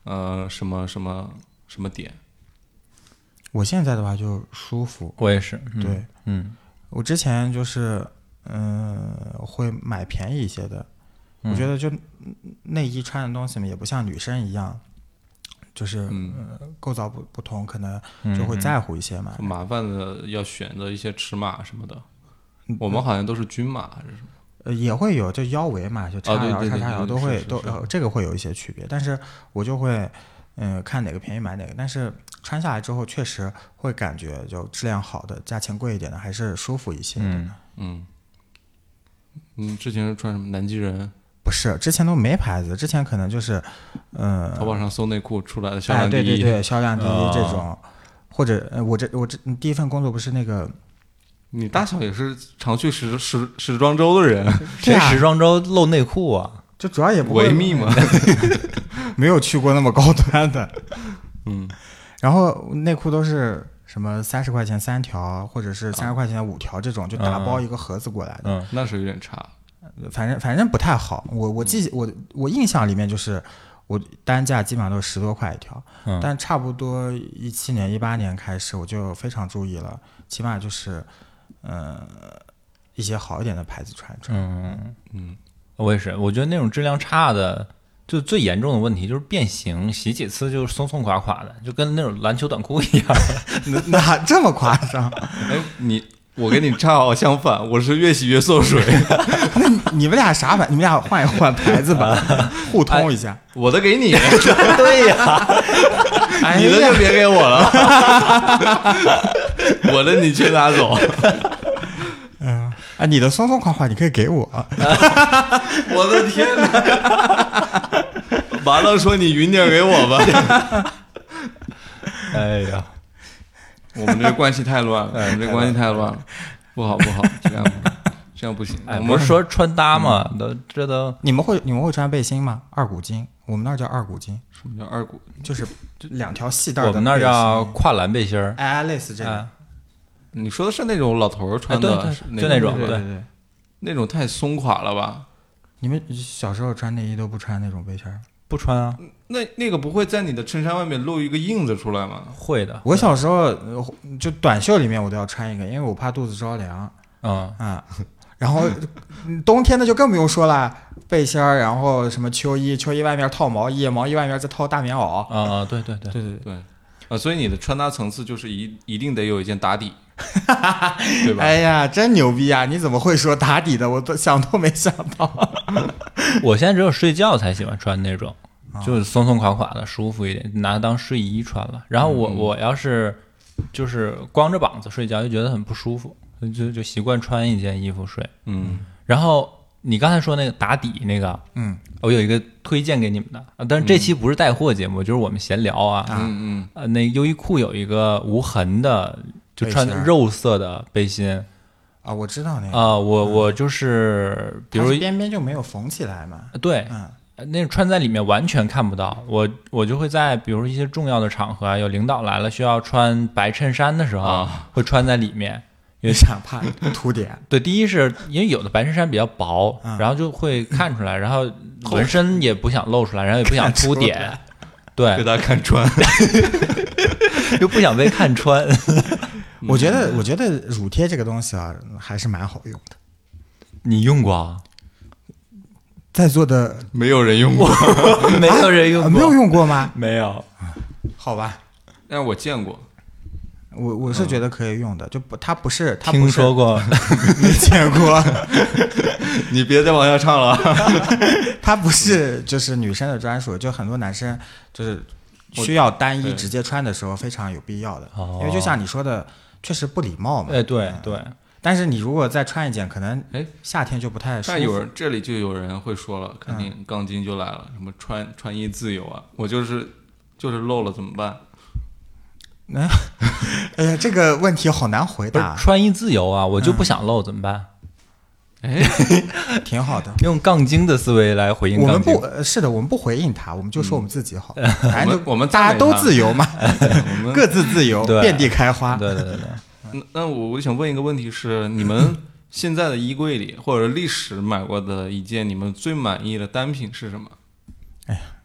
B: 呃什么什么什么点？
D: 我现在的话就舒服，
C: 我也是，嗯、
D: 对，
C: 嗯，
D: 我之前就是嗯、呃、会买便宜一些的，
C: 嗯、
D: 我觉得就内衣穿的东西嘛，也不像女生一样，就是、
B: 嗯
D: 呃、构造不不同，可能就会在乎一些嘛。
B: 很麻烦的要选择一些尺码什么的，我们好像都是均码还是什么？
D: 呃，也会有，就腰围嘛，就叉
B: 哦
D: 腰、叉叉腰都会都、
B: 呃、
D: 这个会有一些区别，但是我就会嗯、呃、看哪个便宜买哪个，但是穿下来之后确实会感觉就质量好的，价钱贵一点的还是舒服一些的。
C: 嗯
B: 嗯，你之前是穿什么南极人？
D: 不是，之前都没牌子，之前可能就是嗯、呃、
B: 淘宝上搜内裤出来的销量
D: 第一，哎、对对对，销量第一、哦、这种，或者呃我这我这第一份工作不是那个。
B: 你大小也是常去时时时装周的人，
C: 谁时装周露内裤啊？
D: 就主要也不会
B: 维密嘛，
D: 没有去过那么高端的，
B: 嗯，
D: 然后内裤都是什么三十块钱三条，或者是三十块钱五条这种，就打包一个盒子过来的，
C: 嗯，
B: 那是有点差，
D: 反正反正不太好。我我记我我印象里面就是我单价基本上都是十多块一条，
C: 嗯、
D: 但差不多一七年一八年开始我就非常注意了，起码就是。呃，一些好一点的牌子穿穿。
C: 嗯
B: 嗯，
C: 我也是，我觉得那种质量差的，就最严重的问题就是变形，洗几次就松松垮垮的，就跟那种篮球短裤一样。
D: 哪这么夸张？
B: 哎，你我跟你恰好相反，我是越洗越缩水。
D: 那你们俩啥版？你们俩换一换牌子吧，互通一下。
B: 哎、我的给你。
C: 对呀。
B: 哎、你的就别给我了，我的你去拿走。
D: 嗯，啊，你的松松垮垮你可以给我。
B: 我的天哪！完了，说你匀点给我吧。
C: 哎呀，
B: 我们这关系太乱了，我们这关系太乱了，不好不好，这样这样不行。
C: 哎，不是说穿搭嘛，嗯、都这都。
D: 你们会你们会穿背心吗？二股筋，我们那儿叫二股筋。
B: 什么叫二股？
D: 就是两条细带的。
C: 我们那儿叫跨栏背心儿。
D: 哎，类似这个。
C: 哎、
B: 你说的是那种老头穿的，
C: 哎、对就那种，
D: 对对对，
B: 那种太松垮了吧？
D: 你们小时候穿内衣都不穿那种背心儿？
C: 不穿啊。
B: 那那个不会在你的衬衫外面露一个印子出来吗？
C: 会的。
D: 我小时候就短袖里面我都要穿一个，因为我怕肚子着凉。
C: 嗯
D: 啊。然后冬天的就更不用说了，背心儿，然后什么秋衣，秋衣外面套毛衣，毛衣外面再套大棉袄。
C: 啊，对对对
D: 对对
B: 对，啊，所以你的穿搭层次就是一一定得有一件打底，对吧？
D: 哎呀，真牛逼啊！你怎么会说打底的？我都想都没想到。
C: 我现在只有睡觉才喜欢穿那种，就是松松垮垮的，舒服一点，拿它当睡衣穿了。然后我、嗯、我要是就是光着膀子睡觉，就觉得很不舒服。就就习惯穿一件衣服睡，
B: 嗯，
C: 然后你刚才说那个打底那个，
D: 嗯，
C: 我有一个推荐给你们的，但是这期不是带货节目，嗯、就是我们闲聊啊，
B: 嗯嗯，
C: 呃，那优衣库有一个无痕的，就穿肉色的背心
D: 啊，我知道那个
C: 啊、呃，我我就是比如
D: 边边就没有缝起来嘛，
C: 对，
D: 嗯。
C: 那穿在里面完全看不到，我我就会在比如一些重要的场合啊，有领导来了需要穿白衬衫的时候，
B: 啊、
C: 会穿在里面。
D: 因为想怕凸点，
C: 对，第一是因为有的白衬衫比较薄，
D: 嗯、
C: 然后就会看出来，然后纹身也不想露出来，然后也不想凸点，对，
B: 被大家看穿，
C: 又不想被看穿。
D: 我觉得，我觉得乳贴这个东西啊，还是蛮好用的。
C: 你用过啊？
D: 在座的
B: 没有人用过，
C: 没有人用过，
D: 啊、没有用过吗？
C: 没有，
D: 好吧，
B: 但是我见过。
D: 我我是觉得可以用的，嗯、就不，它不是，它
C: 听说过，
D: 没见过。
B: 你别再往下唱了。
D: 它不是就是女生的专属，就很多男生就是需要单一直接穿的时候非常有必要的，因为就像你说的，确实不礼貌嘛。
C: 哎，对对。
D: 但是你如果再穿一件，可能
B: 哎
D: 夏天就不太舒服。
B: 但有人这里就有人会说了，肯定杠精就来了，什么穿穿衣自由啊，我就是就是漏了怎么办？
D: 哎，哎呀，这个问题好难回答。
C: 穿衣自由啊，我就不想露、嗯、怎么办？
B: 哎，
D: 挺好的。
C: 用杠精的思维来回应杠精。
D: 我们不是的，我们不回应他，我们就说我们自己好。
B: 嗯、
D: 反正
B: 我们
D: 大家都自由嘛，
B: 我们
D: 各自自由，遍地开花。
C: 对对对对。
B: 那那我我想问一个问题是，你们现在的衣柜里或者历史买过的一件你们最满意的单品是什么？
D: 哎呀，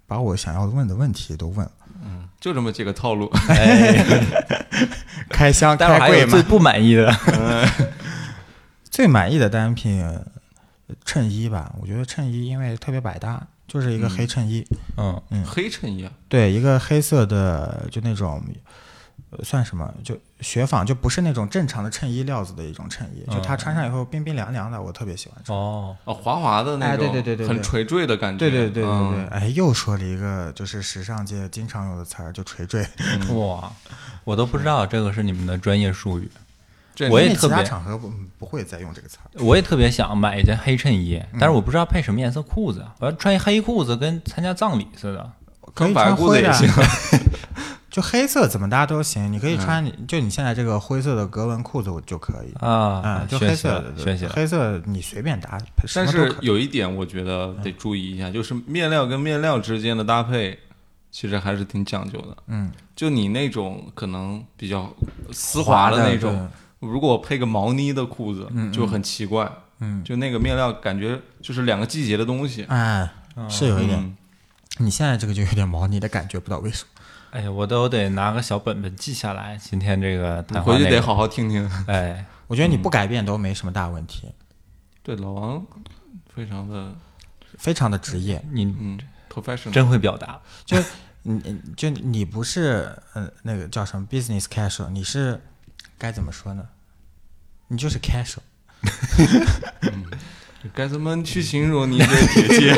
D: 把我想要问的问题都问了。
B: 嗯，就这么几个套路。
C: 哎，
D: 开箱
C: 待会儿还
D: 开柜嘛。
C: 有最不满意的。
D: 最满意的单品，衬衣吧。我觉得衬衣因为特别百搭，就是一个黑衬衣。
C: 嗯
D: 嗯，
B: 黑衬衣啊。
D: 对，一个黑色的，就那种。呃，算什么？就雪纺，就不是那种正常的衬衣料子的一种衬衣，就它穿上以后冰冰凉凉的，我特别喜欢穿。
C: 哦
B: 哦，滑滑的那种，
D: 哎，对对对对，
B: 很垂坠的感觉。
D: 对对对对对，
B: 嗯、
D: 哎，又说了一个就是时尚界经常用的词儿，就垂坠。
C: 嗯、哇，我都不知道这个是你们的专业术语。
B: 这
C: 我也特别
D: 其他场合不不会再用这个词儿。
C: 我也特别想买一件黑衬衣，但是我不知道配什么颜色裤子，我要穿一黑裤子，跟参加葬礼似的。
D: 可以
B: 白
D: 穿灰的。
B: 裤子也行。
D: 就黑色怎么搭都行，你可以穿，嗯、就你现在这个灰色的格纹裤子就可以
C: 啊，
D: 嗯，就黑色的，
C: 学习了，
D: 黑色你随便搭。
B: 但是有一点我觉得得注意一下，嗯、就是面料跟面料之间的搭配，其实还是挺讲究的。
D: 嗯，
B: 就你那种可能比较丝滑的那种，如果配个毛呢的裤子，
D: 嗯、
B: 就很奇怪。
D: 嗯，
B: 就那个面料感觉就是两个季节的东西。
D: 哎，是有一点。
B: 嗯、
D: 你现在这个就有点毛呢的感觉，不知道为什么。
C: 哎呀，我都得拿个小本本记下来。今天这个谈话、
B: 回去得好好听听。
C: 哎，
D: 我觉得你不改变都没什么大问题。
B: 嗯、对，老王非常的
D: 非常的职业，
C: 你
B: 嗯 ，professional，
C: 真会表达。
D: 就你就你不是呃那个叫什么 business casual， 你是该怎么说呢？你就是 casual。
B: 嗯，该怎么去形容你的贴切？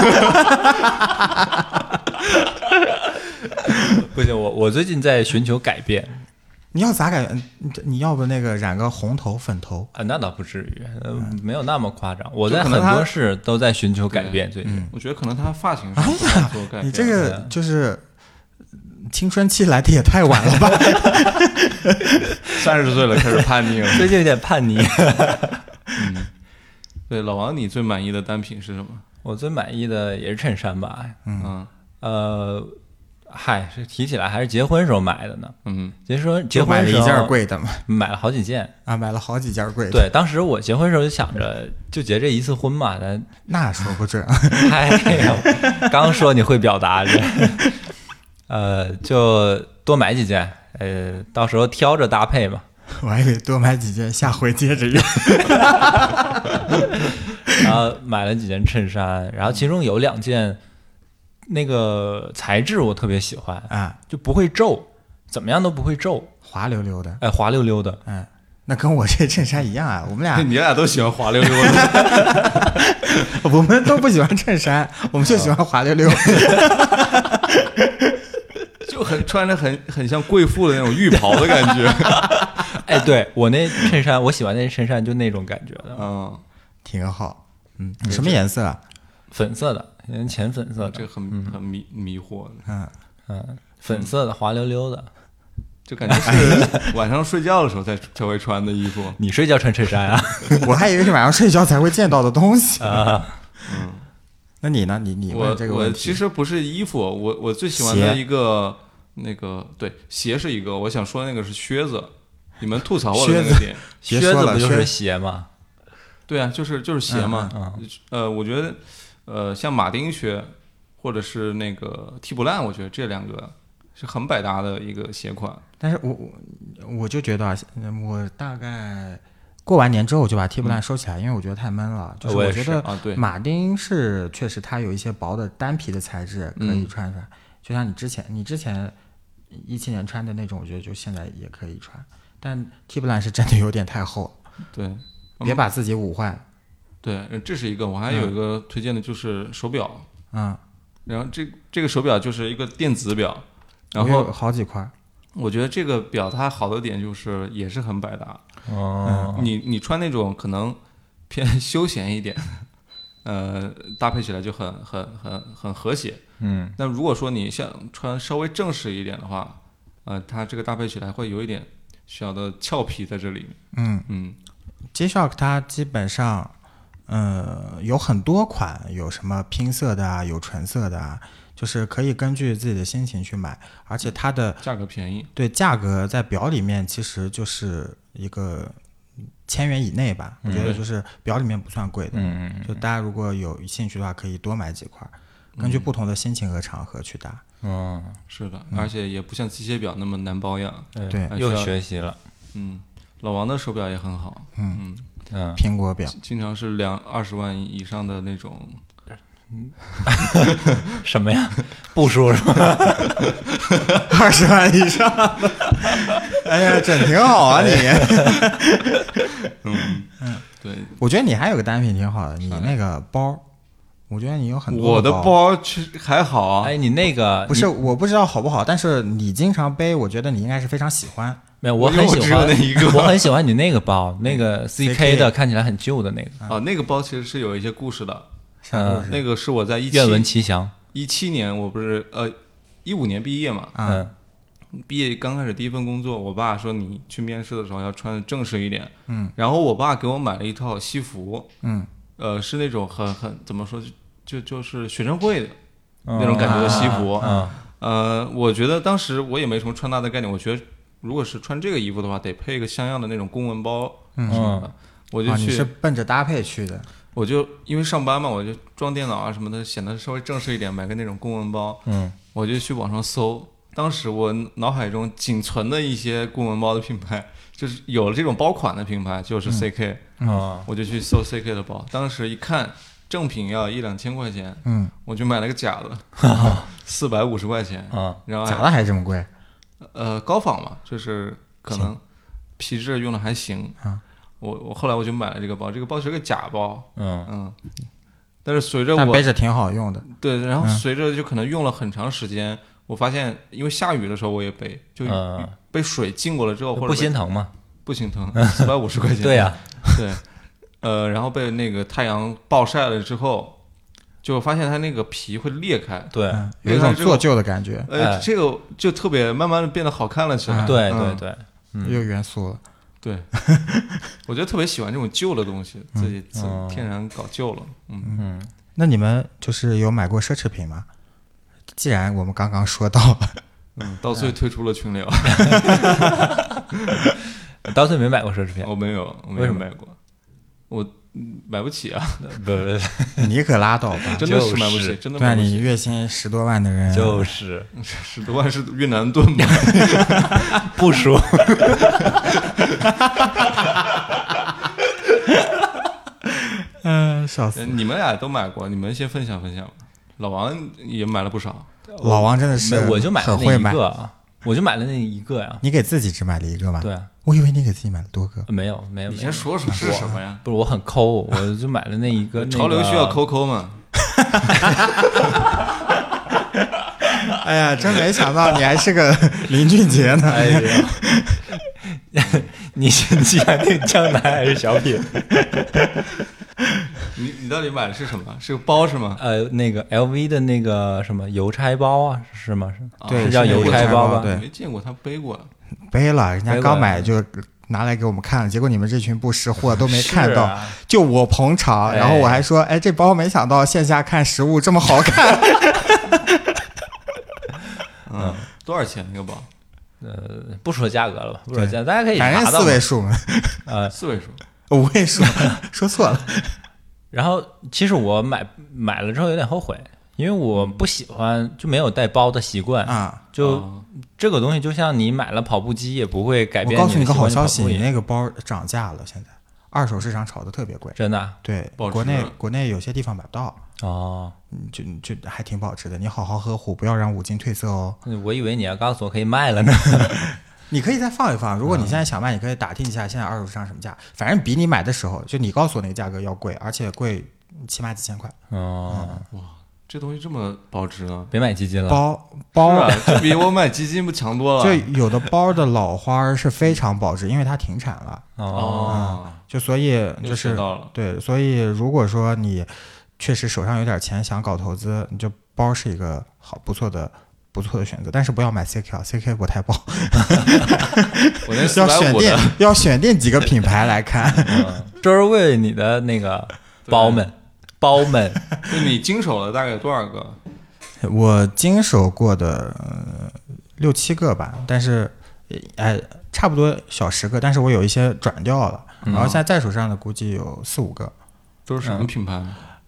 C: 不行，我我最近在寻求改变。
D: 你要咋改？你你要不那个染个红头粉头
C: 啊？那倒不至于，呃，没有那么夸张。我在很多事都在寻求改变。最近、
D: 嗯，
B: 我觉得可能他发型上做改变。
D: 你这个就是青春期来的也太晚了吧？
B: 三十岁了开始叛逆了，
C: 最近有点叛逆。
B: 嗯，对，老王，你最满意的单品是什么？
C: 我最满意的也是衬衫吧。
B: 嗯，
C: 呃。嗨，是提起来还是结婚时候买的呢。
B: 嗯，
C: 结说结婚
D: 时候买了一件贵的嘛，
C: 买了好几件
D: 啊，买了好几件贵的。
C: 对，当时我结婚时候就想着，就结这一次婚嘛，咱
D: 那说不准。
C: 哎呀，刚说你会表达着，呃，就多买几件，呃，到时候挑着搭配嘛。
D: 我还以为多买几件，下回接着用。
C: 然后买了几件衬衫，然后其中有两件。那个材质我特别喜欢
D: 啊，
C: 就不会皱，怎么样都不会皱，
D: 滑溜溜的，
C: 哎，滑溜溜的，
D: 嗯，那跟我这衬衫一样啊，我们俩，
B: 你俩都喜欢滑溜溜的，
D: 我们都不喜欢衬衫，我们就喜欢滑溜溜，
B: 就很穿着很很像贵妇的那种浴袍的感觉。
C: 哎，对我那衬衫，我喜欢那衬衫就那种感觉的，
B: 嗯，
D: 挺好，嗯，什么颜色啊？
C: 粉色的。浅粉色的，
B: 这个很很迷迷惑的，
D: 嗯
C: 嗯，粉色的滑溜溜的，
B: 就感觉是晚上睡觉的时候才才会穿的衣服。
C: 你睡觉穿衬衫啊？
D: 我还以为是晚上睡觉才会见到的东西
C: 啊。
B: 嗯，
D: 那你呢？你你问这个问题，
B: 我我其实不是衣服，我我最喜欢的一个那个对鞋是一个，我想说那个是靴子。你们吐槽我的那个点，
C: 靴子不就是鞋吗？
B: 对啊，就是就是鞋嘛。
C: 嗯嗯、
B: 呃，我觉得。呃，像马丁靴，或者是那个踢普烂，我觉得这两个是很百搭的一个鞋款。
D: 但是我我我就觉得啊，我大概过完年之后我就把踢普烂收起来，嗯、因为我觉得太闷了。就是我觉得马丁是确实它有一些薄的单皮的材质可以穿穿，嗯、就像你之前你之前一七年穿的那种，我觉得就现在也可以穿。但踢普烂是真的有点太厚，
B: 对，
D: 别把自己捂坏。
B: 对，这是一个，我还有一个推荐的就是手表，
D: 嗯，
B: 然后这这个手表就是一个电子表，然后
D: 好几块，
B: 我觉得这个表它好的点就是也是很百搭，
C: 哦，
B: 嗯、你你穿那种可能偏休闲一点，呃，搭配起来就很很很很和谐，
C: 嗯，
B: 那如果说你想穿稍微正式一点的话，呃，它这个搭配起来会有一点小的俏皮在这里，
D: 嗯
B: 嗯
D: ，G-Shock 它基本上。呃，有很多款，有什么拼色的啊，有纯色的啊，就是可以根据自己的心情去买，而且它的
B: 价格便宜，
D: 对，价格在表里面其实就是一个千元以内吧，
C: 嗯、
D: 我觉得就是表里面不算贵的，
C: 嗯嗯，
D: 就大家如果有兴趣的话，可以多买几块。 根据不同的心情和场合去搭。
C: 嗯，
B: 是的，而且也不像机械表那么难保养。
D: 对
C: 又学习了。
B: 嗯，老王的手表也很好。
D: 嗯
B: 嗯
C: 嗯，
D: 苹果表
B: 经常是两二十万以上的那种。
C: 什么呀？不说是吧？
D: 二十万以上的，哎呀，真挺好啊你。
B: 嗯嗯，对，
D: 我觉得你还有个单品挺好的，你那个包，我觉得你有很多
B: 我的
D: 包。
B: 包其实还好啊。
C: 哎，你那个
D: 不是，我不知道好不好，但是你经常背，我觉得你应该是非常喜欢。
C: 没有，我很喜
B: 我只有
C: 欢
B: 那一个
C: 我很喜欢你那个包，那个 C K 的看起来很旧的那个，
B: 啊，那个包其实是有一些故事的。
C: 嗯，
B: 那个是我在一七
C: 愿闻其详。
B: 一七年，我不是呃一五年毕业嘛，
C: 嗯，
B: 毕业刚开始第一份工作，我爸说你去面试的时候要穿正式一点，
D: 嗯，
B: 然后我爸给我买了一套西服，
D: 嗯，
B: 呃，是那种很很怎么说，就就就是学生会的那种感觉的西服，
C: 嗯，
B: 呃，我觉得当时我也没什么穿搭的概念，我觉得如果是穿这个衣服的话，得配一个像样的那种公文包，
C: 嗯，
B: 我就去，
D: 啊你是奔着搭配去的。
B: 我就因为上班嘛，我就装电脑啊什么的，显得稍微正式一点，买个那种公文包。
C: 嗯，
B: 我就去网上搜，当时我脑海中仅存的一些公文包的品牌，就是有了这种包款的品牌，就是 C K。
C: 嗯，
B: 我就去搜 C K 的包，当时一看正品要一两千块钱，
D: 嗯，
B: 我就买了个假的，四百五十块钱。
C: 啊，
B: 然后
D: 假的还这么贵？
B: 呃高仿嘛，就是可能皮质用的还行。
D: 啊
B: 我我后来我就买了这个包，这个包是个假包，
C: 嗯
B: 嗯，但是随着
D: 但
B: 我
D: 背着挺好用的。
B: 对，然后随着就可能用了很长时间，我发现因为下雨的时候我也背，就
C: 嗯
B: 被水浸过了之后，或者
C: 不
B: 被
C: 心疼吗？
B: 不心疼，四百五十块钱，
C: 对呀，
B: 对，呃，然后被那个太阳暴晒了之后，就发现它那个皮会裂开，
C: 对
D: 嗯，有一种做旧的感觉，
B: 呃，
C: 哎
B: 这个就特别慢慢的变得好看了起来，
C: 对
B: 嗯
C: 对对，
D: 又元素了。
B: 对，我觉得特别喜欢这种旧的东西，自己自
C: 嗯
B: 天然搞旧了，嗯，
C: 嗯，
D: 那你们就是有买过奢侈品吗？既然我们刚刚说到了，
B: 嗯，稻穗退出了群聊，
C: 刀碎没买过奢侈品，
B: 我没有，我没
C: 为什么
B: 有买过，我嗯买不起啊，
C: 不不，
D: 你可拉倒吧。
B: 真的
C: 就是
B: 买不起，真的
D: 对啊，
B: 买不起。
D: 你月薪十多万的人，
C: 就是
B: 十多万是越南盾吧？
C: 不说，
D: 嗯，笑死。
B: 你们俩都买过，你们先分享分享吧。老王也买了不少，
D: 老王真的是，
C: 我就买了那一
D: 很会买。
C: 个，我就买了那一个呀。
D: 你给自己只买了一个吗？
C: 对，
D: 我以为你给自己买了多个。
C: 没有没有，
B: 你
C: 没有
B: 先说说是什么呀？
C: 不是我很抠，我就买了那一个。
B: 潮流需要抠抠嘛？
D: 哎呀，真没想到你还是个林俊杰呢。
C: 哎呀，你你想听江南还是小品？
B: 你你到底买的是什么？是个包是吗？
C: 呃，那个 L V 的那个什么邮差包啊，是吗？是
D: 对
C: 是叫邮差包吧？
D: 对
B: 没见过他背过。
D: 背了，人家
C: 背过
D: 刚买就拿来给我们看了，结果你们这群不识货都没看到，
C: 是啊
D: 就我捧场，
C: 哎
D: 然后我还说，哎，这包没想到线下看实物这么好看。
B: 嗯，多少钱那个包？
C: 呃，不说价格了吧，不说价，大家可以
D: 反正
C: 查到嘛。
D: 四位数嘛，
C: 呃，
B: 四位数。
D: 五位数，说错了。
C: 然后其实我买买了之后有点后悔，因为我不喜欢就没有带包的习惯
D: 啊。
C: 就
B: 哦
C: 这个东西，就像你买了跑步机也不会改
D: 我
C: 变。
D: 告诉你个好消息，
C: 你
D: 你那个包涨价了，现在二手市场炒的特别贵。
C: 真的啊
D: 对，
B: 保值
D: 国内国内有些地方买不到，
C: 哦。
D: 嗯就就还挺保值的。你好好呵护，不要让五金褪色哦。
C: 我以为你要告诉我可以卖了呢。
D: 你可以再放一放，如果你现在想卖，你可以打听一下现在二手市场什么价，反正比你买的时候就你告诉我那个价格要贵，而且贵起码几千块。
C: 哦，
B: 这东西这么保值呢？
C: 别买基金了。
D: 包包
B: 是啊，这比我买基金不强多了。
D: 就有的包的老花是非常保值，因为它停产了，
B: 哦，
D: 就所以就
B: 又
D: 是
B: 学到了。
D: 对，所以如果说你确实手上有点钱想搞投资，你就包是一个好不错的不错的选择，但是不要买 C K 啊 ，C K 不太爆，
B: 我那四
D: 要选定
B: 百五的，
D: 要选定几个品牌来看。
C: 嗯，这是为你的那个包们包们。
B: 就你经手了大概有多少个？
D: 我经手过的、呃、六七个吧，但是哎差不多小十个，但是我有一些转掉了，然后现在在手上的估计有四五个。
B: 都是什么品牌？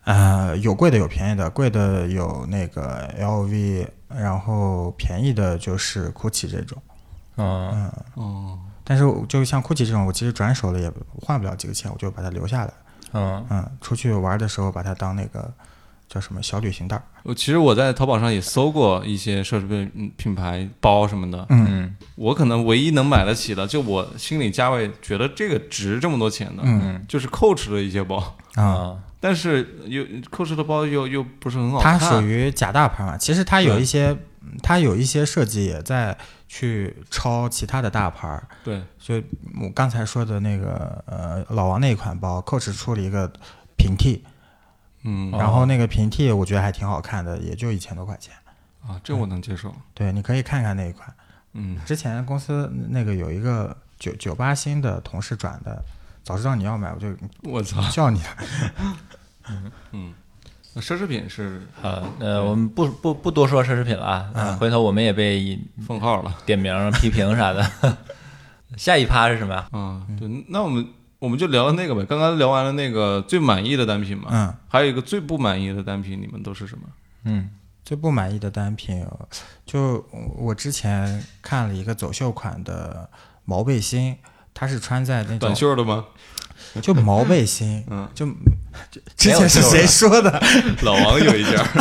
D: 呃，有贵的有便宜的，贵的有那个 L V， 然后便宜的就是 GUCCI 这种。
C: 嗯
B: 哦，
D: 但是就像 GUCCI 这种，我其实转手了也换不了几个钱，我就把它留下来。
C: 嗯
D: 嗯，出去玩的时候把它当那个叫什么小旅行袋。
B: 我其实我在淘宝上也搜过一些奢侈品品牌包什么的，
C: 嗯
B: 我可能唯一能买得起的，就我心里价位觉得这个值这么多钱的，
D: 嗯，
B: 就是 Coach 的一些包。
D: 啊、
C: 啊
B: 但是又 Coach 的包又又不是很好看，
D: 它属于假大牌嘛。其实它有一些，它有一些设计也在去抄其他的大牌。
B: 对，
D: 就我刚才说的那个呃老王那款包 ，Coach 出了一个平替，
B: 嗯
D: 然后那个平替我觉得还挺好看的，也就一千多块钱。
B: 啊，这我能接受。
D: 对，你可以看看那一款。
B: 嗯，
D: 之前公司那个有一个九九八新的同事转的，早知道你要买我就
B: 我操，
D: 叫你了。
B: 嗯，那奢侈品是
C: 呃呃，我们不不不多说奢侈品了啊，
D: 嗯
C: 回头我们也被
B: 封号了。
C: 点名批评啥的。下一趴是什么呀？
B: 啊，对，那我们我们就聊聊那个呗。刚刚聊完了那个最满意的单品嘛，
D: 嗯，
B: 还有一个最不满意的单品，你们都是什么？
C: 嗯
D: 最不满意的单品，就我之前看了一个走秀款的毛背心，它是穿在那种
B: 短袖的吗？
D: 就毛背心，
B: 嗯，
D: 就就之前是谁说的？
B: 老王有一件儿，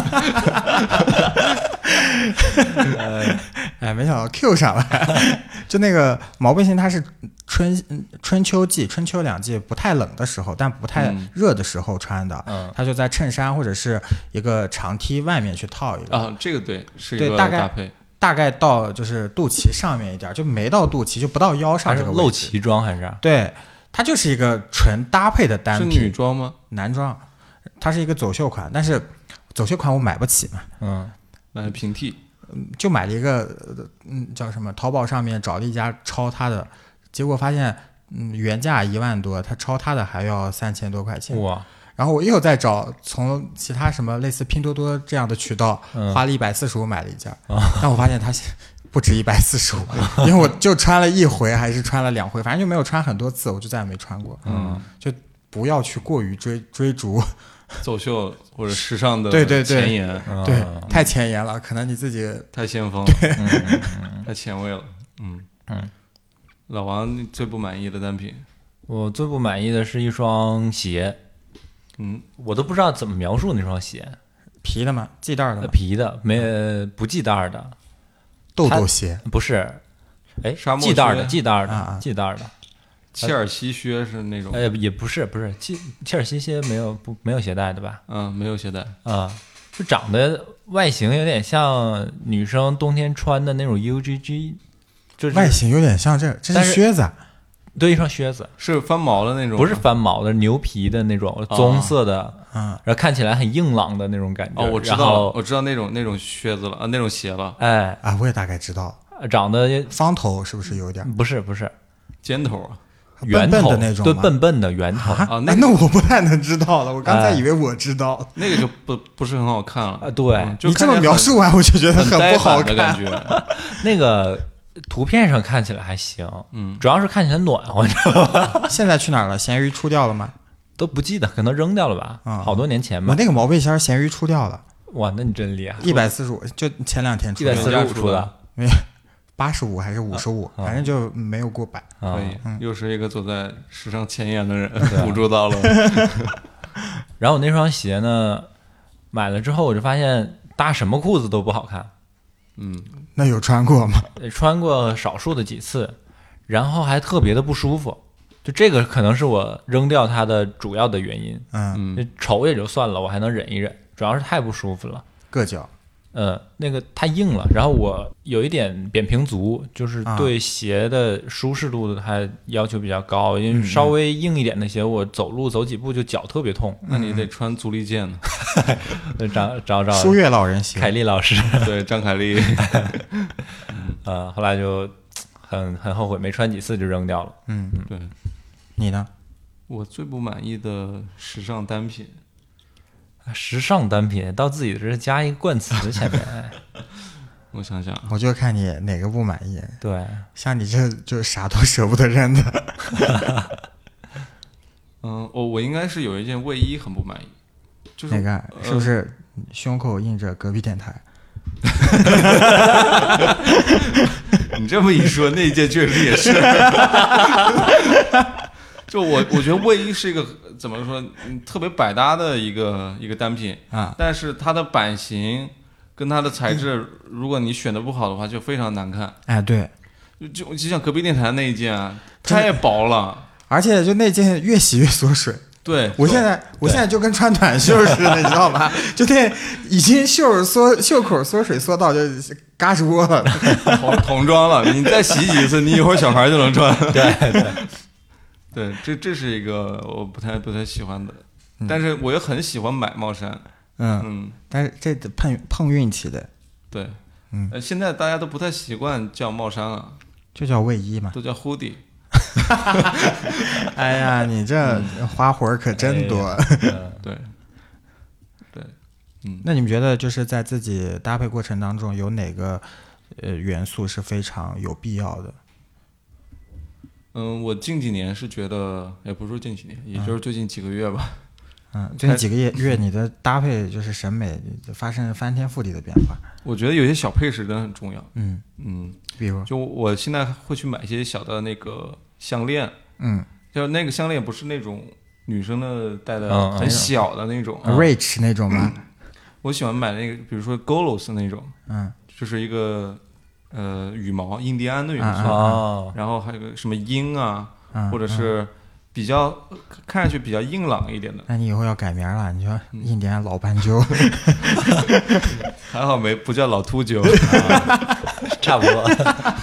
D: 哎，没想到 Q 上了。就那个毛背心，它是春春秋季、春秋两季不太冷的时候，但不太热的时候穿的。
C: 嗯，
D: 它就在衬衫或者是一个长 T 外面去套一个。
B: 啊，这个对，是一个
D: 对大概
B: 搭配。
D: 大概到就是肚脐上面一点，就没到肚脐，就不到腰上
C: 还是
D: 这个位置。
C: 露脐装还是？
D: 对，它就是一个纯搭配的单
B: 是
D: 品。
B: 女装吗？
D: 男装，它是一个走秀款，但是走秀款我买不起嘛，
C: 嗯
B: 买平替。
D: 就买了一个，呃嗯，叫什么？淘宝上面找了一家抄它的，结果发现，嗯，原价一万多，他抄它的还要三千多块钱。
C: 哇，
D: 然后我又在找从其他什么类似拼多多这样的渠道，
C: 嗯
D: 花了一百四十五买了一件，但我发现它不止一百四十五，因为我就穿了一回还是穿了两回，反正就没有穿很多次，我就再也没穿过。
C: 嗯，
D: 就不要去过于追追逐。
B: 走秀或者时尚的
D: 对对对
B: 前沿，
C: 嗯
D: 对，太前沿了，可能你自己
B: 太先锋了，
C: 嗯
B: 太前卫了。嗯
C: 嗯，
B: 老王最不满意的单品，
C: 我最不满意的是一双鞋，
B: 嗯，
C: 我都不知道怎么描述那双鞋，
D: 皮的吗？系带的
C: 呃
D: 吗？
C: 皮的，没不系带儿的，
D: 豆豆鞋。
C: 不是，哎，
B: 沙漠
C: 系带儿的，
B: 靴
C: 系带儿
D: 啊啊
C: 的，系带儿的，
B: 切尔西靴是那种，
C: 哎，也不是，不是，切切尔西鞋没有不没有鞋带的吧？
B: 嗯，没有鞋带。
C: 啊，就长得外形有点像女生冬天穿的那种 U G G，就是
D: 外形有点像这，这
C: 但是
D: 是靴子啊。
C: 对一双靴子，
B: 是翻毛的那种吗，
C: 不是翻毛的，牛皮的那种棕色的，
D: 嗯，
C: 然后看起来很硬朗的那种感觉。
B: 哦，我知
C: 然
B: 道了，
C: 后
B: 我知道那种那种靴子了啊，那种鞋了，
C: 哎，
D: 啊，我也大概知道，
C: 长得
D: 方头是不是有点
C: 不是不是
B: 尖头啊。
C: 圆头
D: 笨笨的那种
C: 对，
D: 吗
C: 笨笨的圆头
D: 啊？
B: 啊那个
D: 那我不太能知道了，我刚才
C: 哎
D: 以为我知道。
B: 那个就不不是很好看了
C: 啊，对，
B: 嗯就
D: 你这么
B: 看起来很
D: 描述完，我就觉得
B: 很呆
D: 不好看
B: 板的感。觉。
C: 那个图片上看起来还行，
B: 嗯，
C: 主要是看起来暖和，你知道吗？
D: 现在去哪儿了？咸鱼出掉了吗？
C: 都不记得，可能扔掉了吧，
D: 啊
C: 好多年前吧。
D: 我那个毛背心儿咸鱼出掉了，
C: 哇，那你真厉害，
D: 一百四十五，就前两天出的
C: 一百，四十五出的
B: 原价出的，
D: 没八十五还是五十五，
C: 啊
D: 反正就没有过百。
C: 啊
B: 可以，又是一个走在时尚前沿的人，
C: 对
B: 捕捉到了。
C: 然后我那双鞋呢，买了之后我就发现搭什么裤子都不好看，
B: 嗯，
D: 那有穿过吗？
C: 呃穿过少数的几次，然后还特别的不舒服。就这个可能是我扔掉它的主要的原因。
D: 嗯，
B: 嗯
C: 就丑也就算了，我还能忍一忍，主要是太不舒服了。
D: 硌脚。
C: 嗯，那个太硬了，然后我有一点扁平足，就是对鞋的舒适度的还要求比较高，因为稍微硬一点的鞋，我走路走几步就脚特别痛。
B: 那你得穿足力健呢。
C: 找找找
D: 书月老人鞋。
C: 凯丽老师，
B: 对，张凯丽。
C: 呃，后来就很很后悔，没穿几次就扔掉了。
D: 嗯，
B: 对，
D: 你呢？
B: 我最不满意的时尚单品，
C: 时尚单品到自己这加一个冠词前面，哎
B: 我想想，
D: 我就看你哪个不满意。
C: 对，
D: 像你这就啥都舍不得扔的。
B: 嗯，我我应该是有一件卫衣很不满意， 就是
D: 哪个？是不是胸口印着隔壁电台？
B: 你这么一说，那一件确实也是。就我我觉得卫衣是一个怎么说，嗯特别百搭的一个一个单品
D: 啊，
B: 但是它的版型跟它的材质，如果你选的不好的话，就非常难看。
D: 哎，对，
B: 就就像隔壁电台那一件啊，太薄了，
D: 而且就那件越洗越缩水。
B: 对，
D: 我现在我现在就跟穿短袖似的，你知道吧？就那已经袖缩袖口缩水缩到就嘎吱窝了，
B: 童童装了。你再洗几次，你一会儿小孩就能穿。
C: 对对
B: 对，这这是一个我不太不太喜欢的，但是我又很喜欢买帽衫。
D: 嗯
B: 嗯，
D: 但是这得碰碰运气的。
B: 对，
D: 嗯，
B: 呃，现在大家都不太习惯叫帽衫了，
D: 就叫卫衣嘛，
B: 都叫 hoodie。
D: 哎呀，你这花活可真多。
C: 哎
B: 对，对，嗯。
D: 那你们觉得就是在自己搭配过程当中，有哪个呃元素是非常有必要的？
B: 嗯，我近几年是觉得，也不是说近几年，也就是最近几个月吧。
D: 嗯，最近几个月月你的搭配就是审美发生翻天覆地的变化。
B: 我觉得有些小配饰真的很重要。
D: 嗯
B: 嗯，
D: 比如
B: 就我现在会去买一些小的那个项链，
D: 嗯，
B: 就那个项链不是那种女生的戴的
C: 嗯
B: 很小的那种、
D: rich 那种吗？
B: 我喜欢买那个，比如说 Golos 那种，
D: 嗯，
B: 就是一个呃羽毛印第安的元素，
D: 啊啊
C: 哦，
B: 然后还有个什么鹰啊，
D: 嗯
B: 或者是比较看上去比较硬朗一点的。
D: 那你以后要改名了，你说印第安老斑鸠。
B: 还好没不叫老秃鹫，
C: 差不多。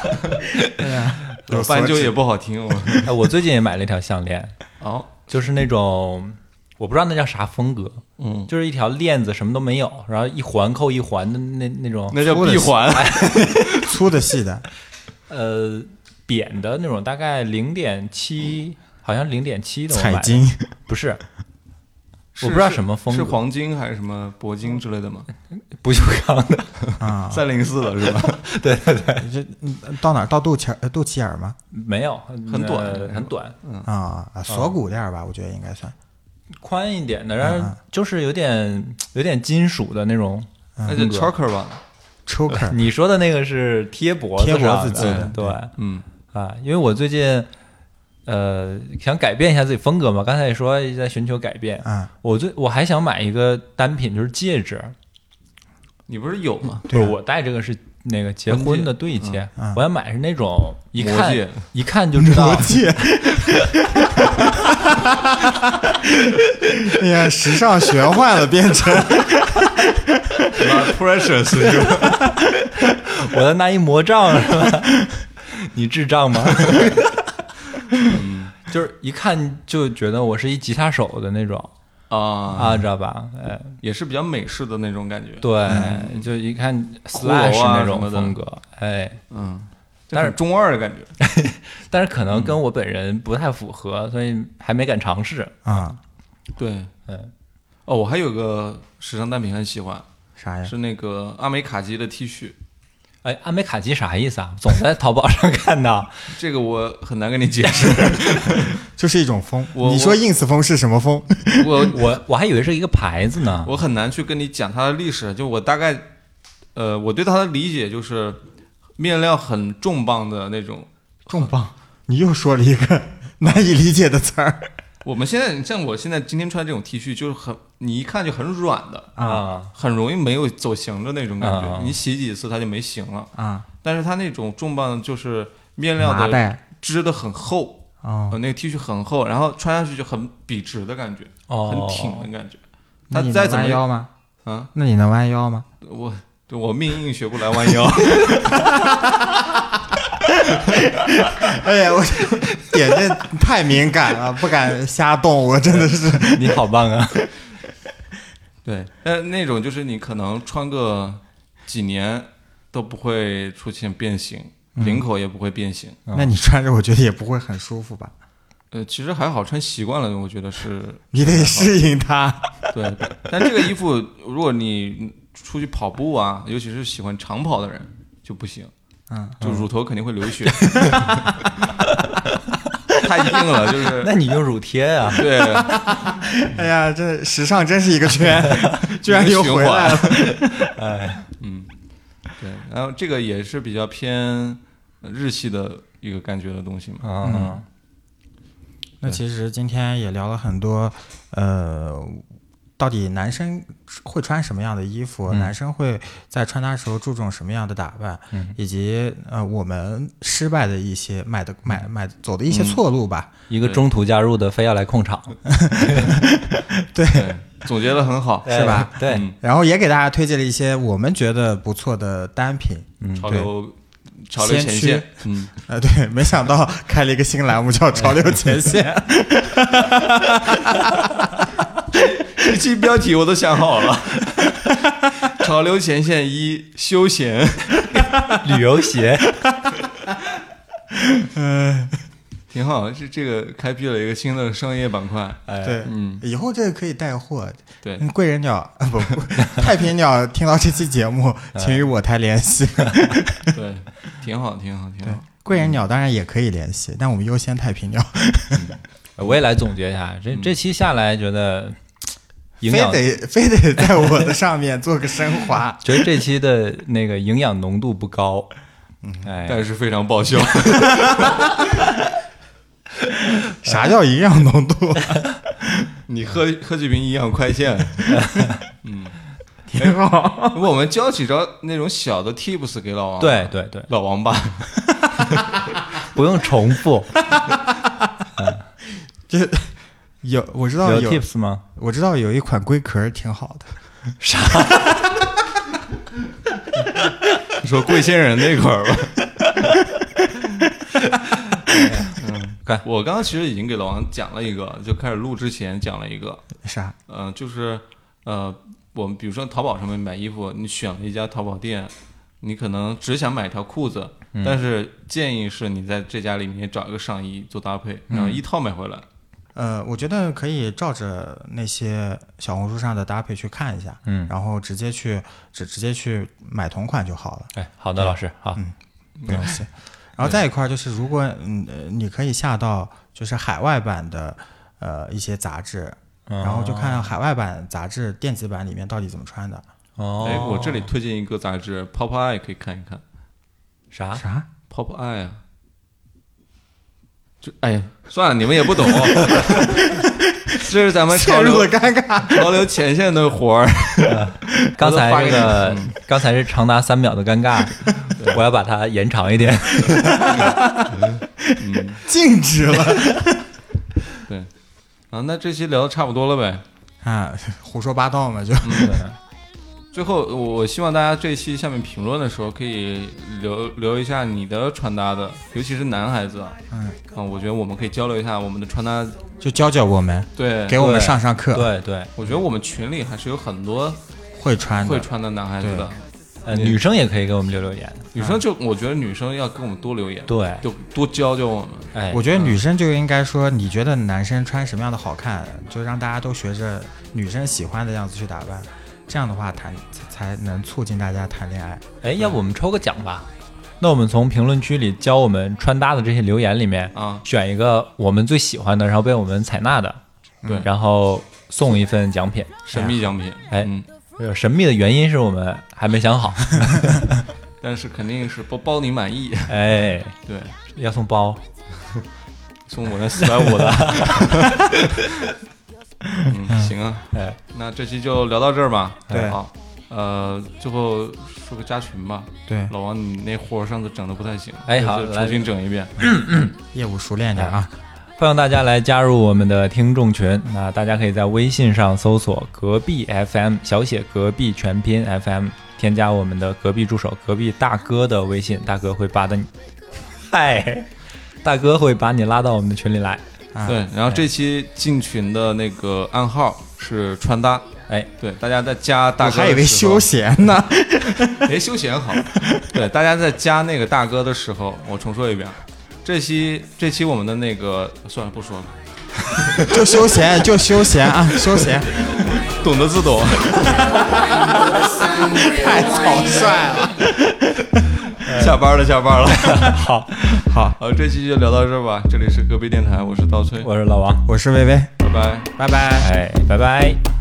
B: 老斑鸠也不好听。我
C: 哎，我最近也买了一条项链，
B: 哦，
C: 就是那种我不知道那叫啥风格，
B: 嗯，
C: 就是一条链子什么都没有，然后一环扣一环的那那种，
B: 那叫闭环。
D: 粗的细的，
C: 呃，扁的那种，大概零点七，好像零点七的。
D: 彩金
C: 不是，
B: 是
C: 我不知道什么风格，
B: 是黄金还是什么铂金之类的吗？
C: 不锈钢的
D: 啊，
B: 三零四的是吧？
C: 对对对，
D: 这嗯到哪儿？到肚脐儿、肚脐眼儿吗？
C: 没有，
B: 很短
C: 呃很短，
D: 啊啊，锁骨链儿吧，我觉得应该算。
C: 宽一点的，然后就是有点有点金属的那种。
B: 那就 choker 吧。
D: choker，
C: 你说的那个是贴脖子
D: 贴脖子
C: 上
D: 系的，
C: 的对，
B: 嗯
C: 啊，因为我最近呃想改变一下自己风格嘛，刚才也说在寻求改变。
D: 啊，
C: 我最我还想买一个单品，就是戒指。
B: 你不是有吗？
C: 不是我戴这个是那个结婚的对戒，
D: 嗯嗯
C: 我要买是那种一看
B: 魔戒
C: 一看就知道
D: 戒。哎呀，时尚玄幻了，变成
B: precious 是吧？
C: 我在拿一魔杖是吧？你智障吗？就是一看就觉得我是一吉他手的那种
B: 啊
C: 啊，知道吧？哎，
B: 也是比较美式的那种感觉。
C: 对，就一看 slash 那种风格，哎，
B: 嗯，
C: 但是
B: 很中二的感觉。
C: 但是可能跟我本人不太符合，所以还没敢尝试。
D: 啊，
B: 对，
C: 嗯，
B: 哦，我还有个时尚单品很喜欢，
D: 啥呀？
B: 是那个阿美卡基的 T 恤。
C: 哎，阿美卡基啥意思啊？总在淘宝上看到。
B: 这个我很难跟你解释。
D: 就是一种风。
B: 我
D: 你说 ins 风是什么风？
B: 我
C: 我我还以为是一个牌子呢。
B: 我很难去跟你讲它的历史，就我大概，呃，我对它的理解就是面料很重磅的那种。
D: 重磅！你又说了一个难以理解的词儿
B: 我们现在像我现在今天穿这种 T 恤，就是很你一看就很软的，
C: 啊，
B: 很容易没有走形的那种感觉。
C: 啊
B: 你洗几次它就没形了。
D: 啊，
B: 但是它那种重磅就是面料的
D: 麻袋
B: 织的很厚，
D: 哦，
B: 呃，那个 T 恤很厚，然后穿上去就很笔直的感觉，
C: 哦
B: 很挺的感觉。
D: 那你能
B: 它再怎么
D: 弯腰吗？
B: 啊，
D: 那你能弯腰吗？
B: 我我命硬学不来弯腰。
D: 哎呀，我点这太敏感了，不敢瞎动，我真的是。
C: 你好棒啊！
B: 对，但那种就是你可能穿个几年都不会出现变形，领口也不会变形。
D: 那你穿着我觉得也不会很舒服吧？
B: 呃，其实还好，穿习惯了，我觉得是
D: 你得适应它。
B: 对。但这个衣服，如果你出去跑步啊，尤其是喜欢长跑的人就不行，
D: 嗯，
B: 就乳头肯定会流血。 太硬了，就是
C: 那你用乳贴啊？
B: 对，
D: 哎呀，这时尚真是一个圈，居然又回来了。
C: 哎，
B: 嗯，对，然后这个也是比较偏日系的一个感觉的东西嘛。
C: 嗯。嗯
D: 那其实今天也聊了很多，呃，到底男生会穿什么样的衣服，
C: 嗯、
D: 男生会在穿搭时候注重什么样的打扮，
C: 嗯、
D: 以及呃我们失败的一些买的买买走的一些错路吧。
C: 嗯、一个中途加入的非要来控场，
D: 对，
B: 对，总结的很好，
D: 是吧？
C: 对、
B: 嗯，
D: 然后也给大家推荐了一些我们觉得不错的单品，
C: 嗯，
B: 潮流。潮流前线，嗯，
D: 呃，对，没想到开了一个新栏目叫“潮流前线”。
B: 这期标题我都想好了，潮流前线一休闲
C: 旅游鞋，
D: 嗯，
B: 挺好，是这个开辟了一个新的商业板块。
C: 哎，
D: 对，
B: 嗯，
D: 以后这个可以带货。
B: 对，
D: 贵人鸟啊，不不，太平鸟听到这期节目，请与我台联系。
B: 对，挺好，挺好，挺好。
D: 贵人鸟当然也可以联系，但我们优先太平鸟。
C: 我也来总结一下，这这期下来觉得营养
D: 非得非得在我的上面做个升华，
C: 觉得这期的那个营养浓度不高，
B: 嗯，
C: 哎，
B: 但是非常爆笑。
D: 啥叫营养浓度？
B: 你喝喝几瓶营养快线，嗯，
D: 挺好。
B: 我们教几招那种小的 tips 给老王，
C: 对对对，
B: 老王吧，
C: 不用重复。
D: 就有我知道
C: 有
D: 有
C: tips 吗？
D: 我知道有一款龟壳挺好的。
C: 啥？
B: 你说贵仙人那块儿吧。
C: 看，
B: 我刚刚其实已经给老王讲了一个，就开始录之前讲了一个，
D: 啥？
B: 嗯、呃，就是呃，我们比如说淘宝上面买衣服，你选了一家淘宝店，你可能只想买一条裤子，
C: 嗯、
B: 但是建议是你在这家里面找一个上衣做搭配，然后一套买回来。
D: 呃，我觉得可以照着那些小红书上的搭配去看一下，
C: 嗯，
D: 然后直接去直直接去买同款就好了。
C: 哎，好的，老师，好，
D: 嗯，不用谢。然后再一块就是，如果嗯你可以下到就是海外版的呃一些杂志，
C: 哦、
D: 然后就看海外版杂志电子版里面到底怎么穿的。
C: 哦，
B: 哎，我这里推荐一个杂志 Pop Eye 可以看一看。
C: 啥
D: 啥
B: Pop Eye 啊？就哎呀，算了，你们也不懂。这是咱们潮流
D: 陷入了尴尬，
B: 潮流前线的活儿。
C: 刚才这个，刚才是长达三秒的尴尬，我要把它延长一点。
B: 嗯，
D: 静止了。
B: 对，啊，那这期聊的差不多了呗。
D: 啊，胡说八道嘛，就。
B: 嗯，最后，我希望大家这期下面评论的时候可以留留一下你的穿搭的，尤其是男孩子。
D: 嗯，
B: 啊，我觉得我们可以交流一下我们的穿搭，
D: 就教教我们，
B: 对，
D: 给我们上上课。
C: 对对，
B: 我觉得我们群里还是有很多
D: 会穿的
B: 会穿的男孩子的。
C: 呃，女生也可以给我们留留言。
B: 女生就我觉得女生要跟我们多留言，
C: 对，
B: 就多教教我们。
C: 哎，
D: 我觉得女生就应该说，你觉得男生穿什么样的好看，就让大家都学着女生喜欢的样子去打扮，这样的话谈才能促进大家谈恋爱。
C: 哎，要不我们抽个奖吧？那我们从评论区里教我们穿搭的这些留言里面
B: 啊，
C: 选一个我们最喜欢的，然后被我们采纳的，
B: 对，
C: 然后送一份奖品，
B: 神秘奖品。
C: 哎，
B: 嗯。
C: 神秘的原因是我们还没想好，
B: 但是肯定是包包你满意。
C: 哎，
B: 对，
C: 要送包，
B: 送我那四百五的。嗯，行啊，
C: 哎，
B: 那这期就聊到这儿吧。
D: 对，
B: 好，呃，最后说个加群吧。
D: 对，
B: 老王，你那活上次整的不太行，
C: 哎，好，
B: 重新整一遍，
D: 业务熟练点啊。
C: 欢迎大家来加入我们的听众群，那大家可以在微信上搜索隔壁 F M 小写隔壁全拼 F M， 添加我们的隔壁助手隔壁大哥的微信，大哥会把的你，嗨，大哥会把你拉到我们的群里来。
D: 啊、
B: 对，然后这期进群的那个暗号是穿搭，
C: 哎，
B: 对，大家在加大哥的时候，
D: 我还以为休闲呢，
B: 哎，休闲好，对，大家在加那个大哥的时候，我重说一遍。这期这期我们的那个算了不说了，
D: 就休闲就休闲啊，休闲，
B: 懂得自懂，
D: 太草率了。
B: 下班了，下班了。
C: 好，
B: 好，好，这期就聊到这儿吧。这里是隔壁电台，我是刀崔，
C: 我是老王，
D: 我是薇薇，
B: 拜拜，
D: 拜拜。
C: 哎，拜拜。